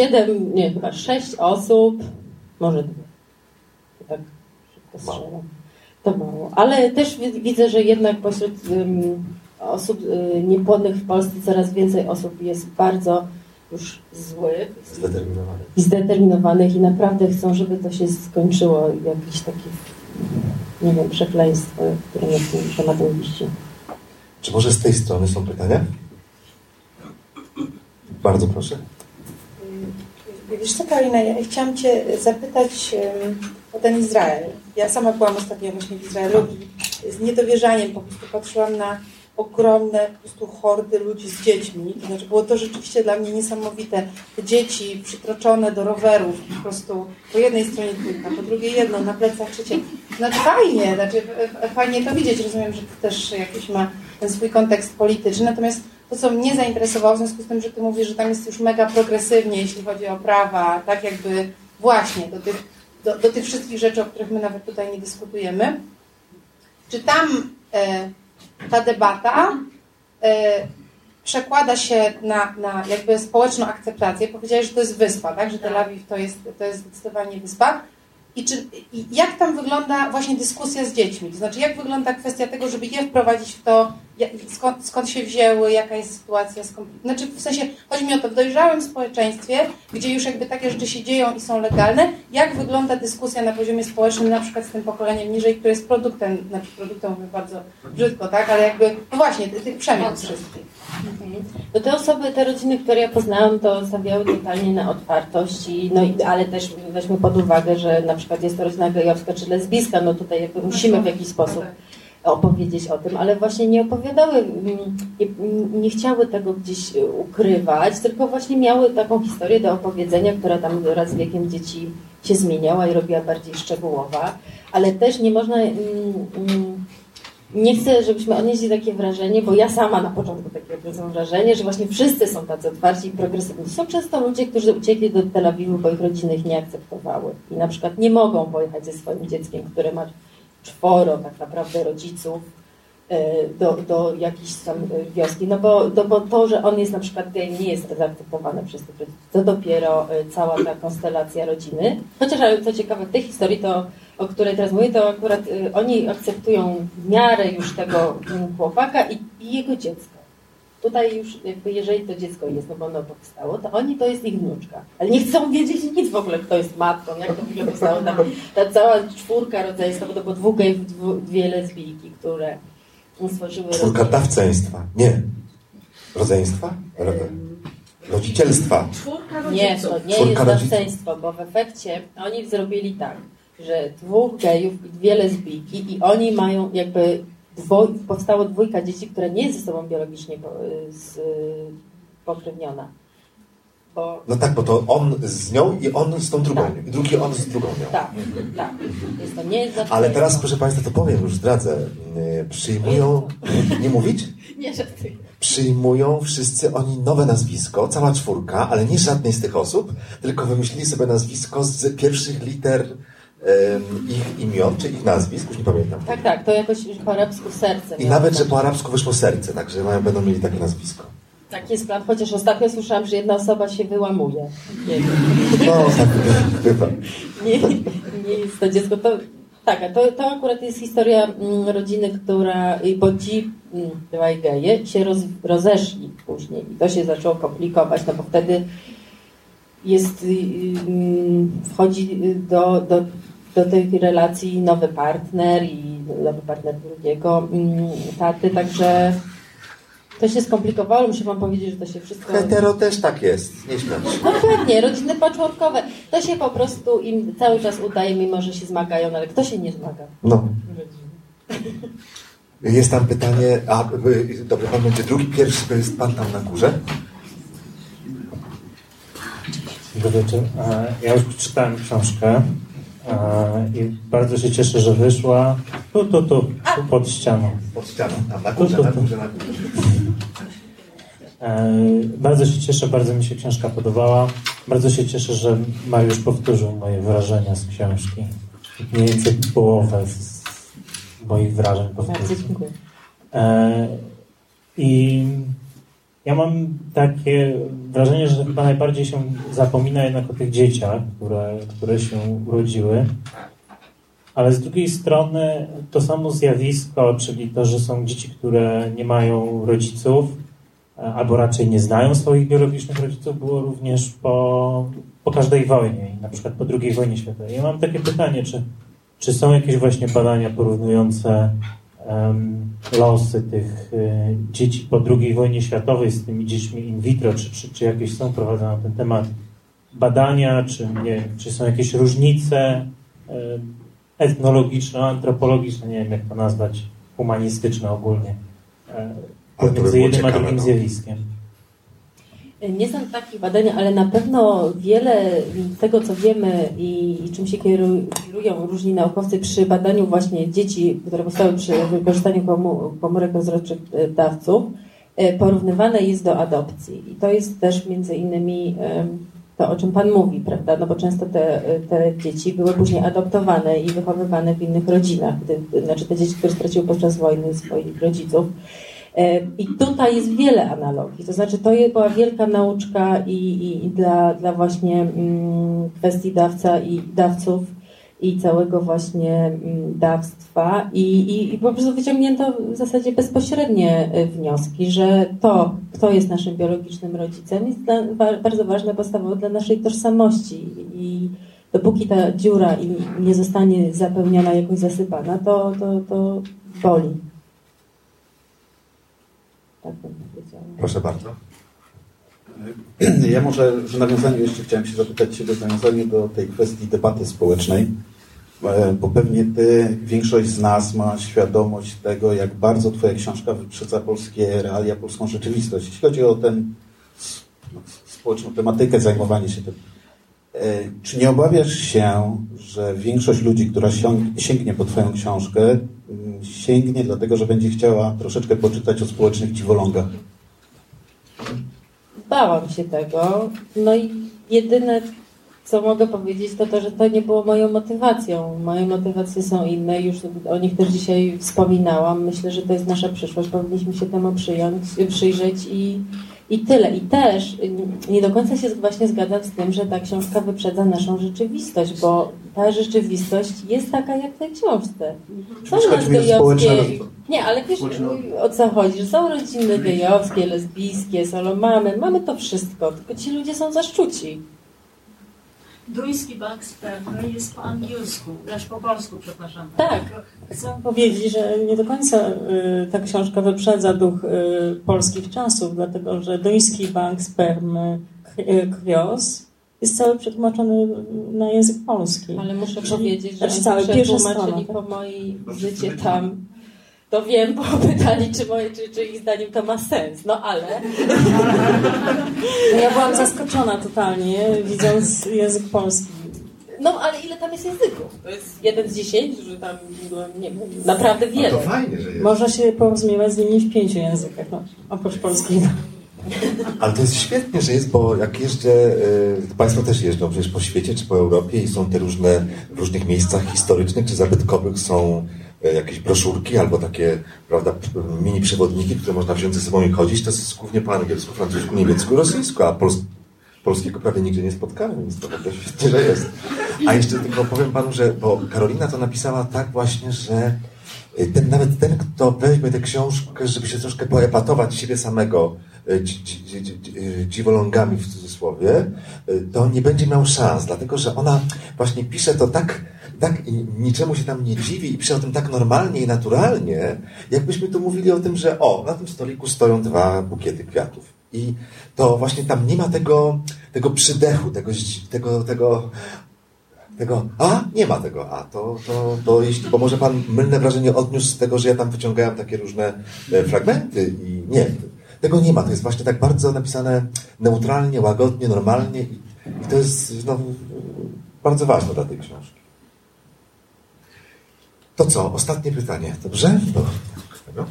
6 osób, może 2. To tak szybko strzelam. To mało. Ale też widzę, że jednak pośród osób niepłodnych w Polsce coraz więcej osób jest bardzo już złych. Zdeterminowanych i naprawdę chcą, żeby to się skończyło. Jakieś takie, nie wiem, przekleństwo, które mnie tematem wisi. Czy może z tej strony są pytania? Bardzo proszę. Wiesz co, Karolina, ja chciałam Cię zapytać o ten Izrael. Ja sama byłam ostatnio właśnie w Izraelu i z niedowierzaniem po prostu patrzyłam na ogromne po prostu hordy ludzi z dziećmi. To znaczy było to rzeczywiście dla mnie niesamowite. Te dzieci przytroczone do rowerów, po prostu po jednej stronie dwójka, po drugiej jedno, na plecach trzecie. Znaczy fajnie to widzieć. Rozumiem, że to też jakiś ma ten swój kontekst polityczny. Natomiast to, co mnie zainteresowało, w związku z tym, że Ty mówisz, że tam jest już mega progresywnie, jeśli chodzi o prawa, tak jakby właśnie do tych wszystkich rzeczy, o których my nawet tutaj nie dyskutujemy. Czy tam ta debata przekłada się na jakby społeczną akceptację? Powiedziałeś, że to jest wyspa, tak? Że Tel Awiw to jest zdecydowanie wyspa. I jak tam wygląda właśnie dyskusja z dziećmi? To znaczy, jak wygląda kwestia tego, żeby je wprowadzić w to, skąd się wzięły, jaka jest sytuacja, znaczy w sensie, chodzi mi o to, w dojrzałym społeczeństwie, gdzie już jakby takie rzeczy się dzieją i są legalne, jak wygląda dyskusja na poziomie społecznym, na przykład z tym pokoleniem niżej, które jest produktem mówię bardzo brzydko, tak, ale jakby, no właśnie, tych przemian wszystkich. No te osoby, te rodziny, które ja poznałam, to stawiały totalnie na otwartość, ale też weźmy pod uwagę, że na przykład jest to rodzina gejowska czy lesbijska, no tutaj jakby musimy w jakiś sposób opowiedzieć o tym, ale właśnie nie opowiadały, nie chciały tego gdzieś ukrywać, tylko właśnie miały taką historię do opowiedzenia, która tam wraz z wiekiem dzieci się zmieniała i robiła bardziej szczegółowa, ale też nie można... Nie chcę, żebyśmy odnieśli takie wrażenie, bo ja sama na początku takie odniosłam wrażenie, że właśnie wszyscy są tacy otwarci i progresywni. Są często ludzie, którzy uciekli do Tel Awiwu, bo ich rodziny ich nie akceptowały i na przykład nie mogą pojechać ze swoim dzieckiem, które ma 4 tak naprawdę rodziców do jakiejś tam wioski, no bo to, że on jest na przykład gej, nie jest zaakceptowane przez tych rodziców. To dopiero cała ta konstelacja rodziny. Chociaż, ale co ciekawe, w tej historii, o której teraz mówię, to akurat oni akceptują w miarę już tego chłopaka i jego dziecko. Tutaj już jakby jeżeli to dziecko jest, no bo ono powstało, to to jest ich wnuczka. Ale nie chcą wiedzieć nic w ogóle, kto jest matką, jak to w ogóle powstało. Ta cała czwórka rodzeństwa, bo to było 2 gejów, 2 lesbijki, które stworzyły... Czwórka dawceństwa. Nie. Rodzeństwa? Rodzicielstwa. Nie, to nie jest dawceństwo, bo w efekcie oni zrobili tak, że 2 gejów i 2 lesbijki i oni mają jakby powstało 2 dzieci, które nie jest ze sobą biologicznie pokrewniona. No tak, bo to on z nią i on z tą drugą. Tak. I drugi on z drugą nią. Tak. Jest to nie jest ale teraz, proszę Państwa, to powiem, już zdradzę. Przyjmują... Nie mówić? Nie, że ty. Przyjmują wszyscy oni nowe nazwisko, cała 4, ale nie żadnej z tych osób, tylko wymyślili sobie nazwisko z pierwszych liter ich imion, czy ich nazwisk, już nie pamiętam. Tak, to jakoś po arabsku serce. I nawet, że po arabsku wyszło serce, także będą mieli takie nazwisko. Tak jest plan, chociaż ostatnio słyszałam, że jedna osoba się wyłamuje. Nie wiem. No, tak bywa. Nie jest to dziecko. To akurat jest historia rodziny, bo ci 2 geje się rozeszli później i to się zaczęło komplikować, no bo wtedy wchodzi do tej relacji nowy partner drugiego taty, także to się skomplikowało, muszę wam powiedzieć, że to się wszystko... Hetero też tak jest, nie śmiać. No pewnie, rodziny patchworkowe, to się po prostu im cały czas udaje, mimo że się zmagają, ale kto się nie zmaga? No. Jest tam pytanie, dobry, pan będzie drugi, pierwszy to jest pan tam na górze. Dobry wieczór. Ja już przeczytałem książkę i bardzo się cieszę, że wyszła tu pod ścianą. Pod ścianą, tam na górze, na górze. Bardzo się cieszę, bardzo mi się książka podobała. Bardzo się cieszę, że Mariusz powtórzył moje wrażenia z książki. Mniej więcej połowę z moich wrażeń powtórzył. Bardzo dziękuję. I ja mam takie wrażenie, że chyba najbardziej się zapomina jednak o tych dzieciach, które się urodziły. Ale z drugiej strony to samo zjawisko, czyli to, że są dzieci, które nie mają rodziców, albo raczej nie znają swoich biologicznych rodziców, było również po każdej wojnie, i na przykład po II wojnie światowej. Ja mam takie pytanie, czy są jakieś właśnie badania porównujące losy tych dzieci po II wojnie światowej z tymi dziećmi in vitro, czy jakieś są prowadzone na ten temat badania, czy są jakieś różnice etnologiczne, antropologiczne, nie wiem jak to nazwać, humanistyczne ogólnie, pomiędzy jednym a drugim zjawiskiem. Nie znam takich badań, ale na pewno wiele tego, co wiemy i czym się kierują różni naukowcy przy badaniu właśnie dzieci, które powstały przy wykorzystaniu komórek rozrodczych dawców, porównywane jest do adopcji. I to jest też między innymi to, o czym Pan mówi, prawda? No bo często te dzieci były później adoptowane i wychowywane w innych rodzinach. Znaczy te dzieci, które straciły podczas wojny swoich rodziców. I tutaj jest wiele analogii, to znaczy to była wielka nauczka i dla właśnie kwestii dawca i dawców i całego właśnie dawstwa i po prostu wyciągnięto w zasadzie bezpośrednie wnioski, że to, kto jest naszym biologicznym rodzicem, jest bardzo ważne, podstawowe dla naszej tożsamości i dopóki ta dziura im nie zostanie zapełniona, jakoś zasypana, to boli. Tak bym powiedziała. Proszę bardzo. Ja może w nawiązaniu jeszcze chciałem się zapytać Ciebie w nawiązaniu do tej kwestii debaty społecznej, bo pewnie większość z nas ma świadomość tego, jak bardzo Twoja książka wyprzedza polskie realia, polską rzeczywistość. Jeśli chodzi o tę społeczną tematykę, zajmowanie się tym. Czy nie obawiasz się, że większość ludzi, która sięgnie po Twoją książkę, sięgnie dlatego, że będzie chciała troszeczkę poczytać o społecznych dziwolągach? Bałam się tego. No i jedyne, co mogę powiedzieć, to, że to nie było moją motywacją. Moje motywacje są inne, już o nich też dzisiaj wspominałam. Myślę, że to jest nasza przyszłość, powinniśmy się temu przyjrzeć i tyle. I też nie do końca się właśnie zgadzam z tym, że ta książka wyprzedza naszą rzeczywistość, bo ta rzeczywistość jest taka jak w tej książce. Są lesbijowskie... Nie, ale wiesz, o co chodzi, że są rodziny gejowskie, lesbijskie, solomamy, mamy to wszystko, tylko ci ludzie są zaszczuci. Duński bank spermy jest po angielsku, też po polsku, przepraszam. Tak. Chcę powiedzieć, że nie do końca ta książka wyprzedza duch polskich czasów, dlatego że duński bank spermy Krios jest cały przetłumaczony na język polski. Ale muszę powiedzieć, że całe pierwsze tłumaczyli po mojej wizycie tam, to wiem, bo pytali, czy ich zdaniem to ma sens. No ale... No ja byłam zaskoczona totalnie, widząc język polski. No, ale ile tam jest języków? To jest 1 z 10, że tam, nie wiem, naprawdę wiele. No to fajnie, że jest. Można się porozumiewać z nimi w 5 językach, no, oprócz polskiego. Ale to jest świetnie, że jest, bo jak jeżdżę, Państwo też jeżdżą przecież po świecie czy po Europie i są te różne, w różnych miejscach historycznych czy zabytkowych są jakieś broszurki albo takie, prawda, mini przewodniki, które można wziąć ze sobą i chodzić. To jest głównie po angielsku, francusku, niemiecku, rosyjsku, a polskiego prawie nigdzie nie spotkałem, więc to w ogóle świetnie, że jest. A jeszcze tylko powiem Panu, że bo Karolina to napisała tak właśnie, że nawet ten, kto weźmie tę książkę, żeby się troszkę poepatować siebie samego dziwolągami w cudzysłowie, to nie będzie miał szans, dlatego że ona właśnie pisze to tak niczemu się tam nie dziwi i pisze o tym tak normalnie i naturalnie, jakbyśmy tu mówili o tym, że na tym stoliku stoją 2 bukiety kwiatów. I to właśnie tam nie ma tego przydechu, nie ma tego to jeśli, bo może Pan mylne wrażenie odniósł z tego, że ja tam wyciągałem takie różne fragmenty i nie, tego nie ma, to jest właśnie tak bardzo napisane neutralnie, łagodnie, normalnie i to jest bardzo ważne dla tej książki. To co? Ostatnie pytanie, dobrze? Tego?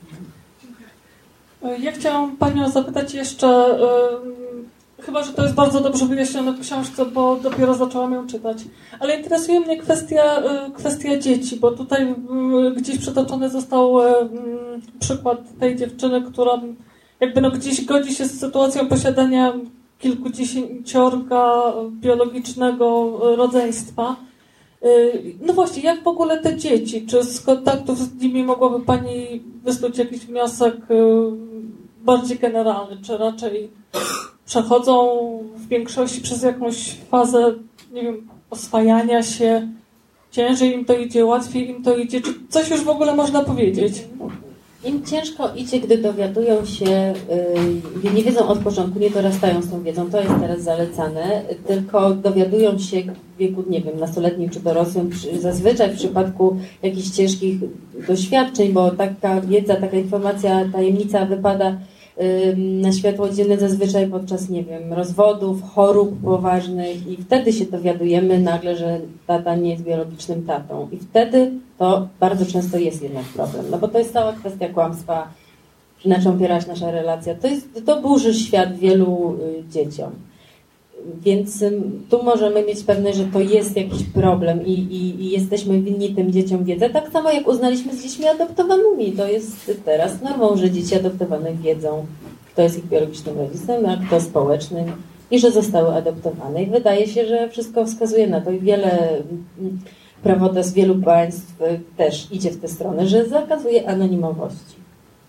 Ja chciałam Panią zapytać jeszcze, chyba że to jest bardzo dobrze wyjaśnione w książce, bo dopiero zaczęłam ją czytać, ale interesuje mnie kwestia dzieci, bo tutaj gdzieś przytoczony został przykład tej dziewczyny, która jakby gdzieś godzi się z sytuacją posiadania kilkudziesięciorga biologicznego rodzeństwa. No właśnie, jak w ogóle te dzieci? Czy z kontaktów z nimi mogłaby Pani wysnuć jakiś wniosek bardziej generalny? Czy raczej przechodzą w większości przez jakąś fazę, nie wiem, oswajania się, ciężej im to idzie, łatwiej im to idzie? Czy coś już w ogóle można powiedzieć? Im ciężko idzie, gdy dowiadują się, nie wiedzą od początku, nie dorastają z tą wiedzą, to jest teraz zalecane, tylko dowiadują się w wieku, nie wiem, nastoletnim czy dorosłym, zazwyczaj w przypadku jakichś ciężkich doświadczeń, bo taka wiedza, taka informacja, tajemnica wypada na światło dzienne zazwyczaj podczas, nie wiem, rozwodów, chorób poważnych i wtedy się dowiadujemy nagle, że tata nie jest biologicznym tatą. I wtedy to bardzo często jest jednak problem, no bo to jest cała kwestia kłamstwa, na czym opiera się nasza relacja. To burzy świat wielu dzieciom. Więc tu możemy mieć pewność, że to jest jakiś problem i jesteśmy winni tym dzieciom wiedzę. Tak samo jak uznaliśmy z dziećmi adoptowanymi. To jest teraz normą, że dzieci adoptowane wiedzą, kto jest ich biologicznym rodzicem, a kto społecznym i że zostały adoptowane. I wydaje się, że wszystko wskazuje na to i wiele prawodawstw wielu państw też idzie w tę stronę, że zakazuje anonimowości.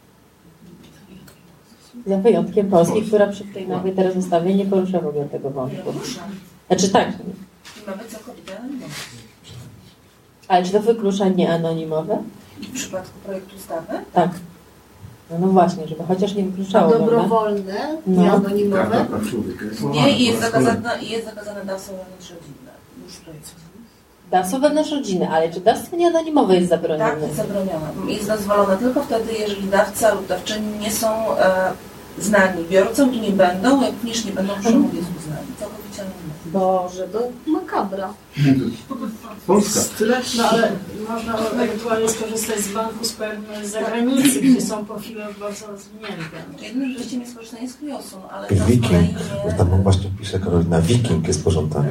Za wyjątkiem Polski, która przy tej nowej teraz ustawie nie porusza w ogóle tego wątku. Znaczy tak. Mamy całkowite anonimowe. Ale czy to wyklucza nieanonimowe? W przypadku projektu ustawy? Tak. No właśnie, żeby chociaż nie wykluczało. A dobrowolne, nieanonimowe? Nie, i jest zakazane dawstwo wewnątrzrodzinne. Już to jest. Dawstwo wewnątrzrodzinne, ale czy dawstwo nieanonimowe jest zabronione? Tak, jest zabronione. Jest dozwolone tylko wtedy, jeżeli dawca lub dawczyni nie są znani biorcą i nie będą, jak również nie będą przemowie uznani. Całkowicie anonimowo. Boże, to makabra. Polska. No ale można ewentualnie skorzystać z banku spermy z zagranicy, gdzie są profile bardzo rozwinięte. Jednym życiem jest korzystanie z Kriosu, ale I tam z kolei Wiking, nie... tam właśnie pisze Karolina, Wiking jest pożądany.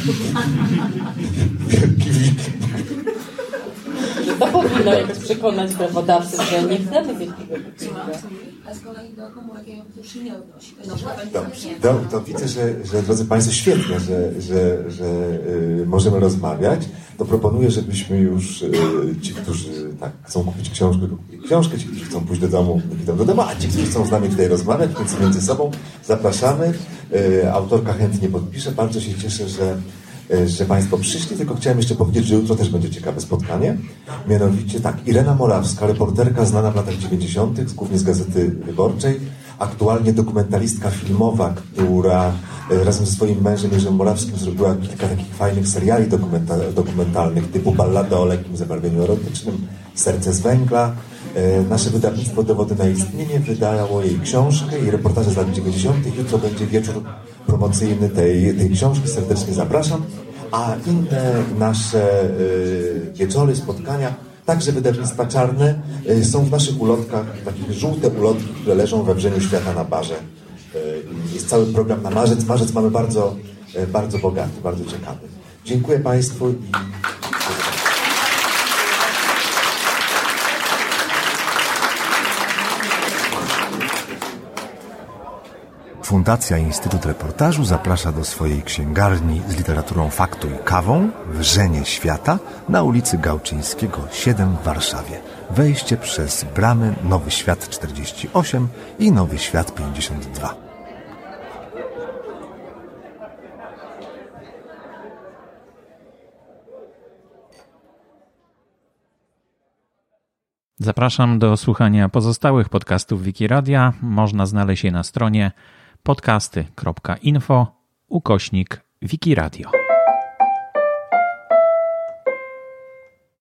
Wielki Wiking. To powinno jakoś przekonać prawodawców, że nie chcemy wielkiego Wikinga. A z kolei do komórek to już się nie odnosi. To widzę, że drodzy Państwo, świetnie, że możemy rozmawiać. To proponuję, żebyśmy już ci, którzy tak chcą kupić książkę, kupili książkę, ci, którzy chcą pójść do domu, idą do domu, a ci, którzy chcą z nami tutaj rozmawiać między sobą, zapraszamy. Autorka chętnie podpisze. Bardzo się cieszę, że Państwo przyszli, tylko chciałem jeszcze powiedzieć, że jutro też będzie ciekawe spotkanie. Mianowicie tak, Irena Morawska, reporterka znana w latach 90., głównie z Gazety Wyborczej, aktualnie dokumentalistka filmowa, która razem ze swoim mężem Jerzym Morawskim zrobiła kilka takich fajnych seriali dokumentalnych typu Ballada o lekkim zabarwieniu erotycznym, Serce z węgla. Nasze wydawnictwo Dowody na istnienie wydało jej książkę i reportaże z lat 90. Jutro będzie wieczór promocyjny tej książki. Serdecznie zapraszam. A inne nasze wieczory, spotkania, także wydawnictwa czarne, są w naszych ulotkach, takich żółte ulotki, które leżą we Wrzeniu Świata na barze. Jest cały program na marzec. Marzec mamy bardzo, bardzo bogaty, bardzo ciekawy. Dziękuję Państwu. Fundacja Instytut Reportażu zaprasza do swojej księgarni z literaturą faktu i kawą Wrzenie Świata na ulicy Gałczyńskiego 7 w Warszawie. Wejście przez bramy Nowy Świat 48 i Nowy Świat 52. Zapraszam do słuchania pozostałych podcastów Wikiradia. Można znaleźć je na stronie podcasty.info/Wikiradio.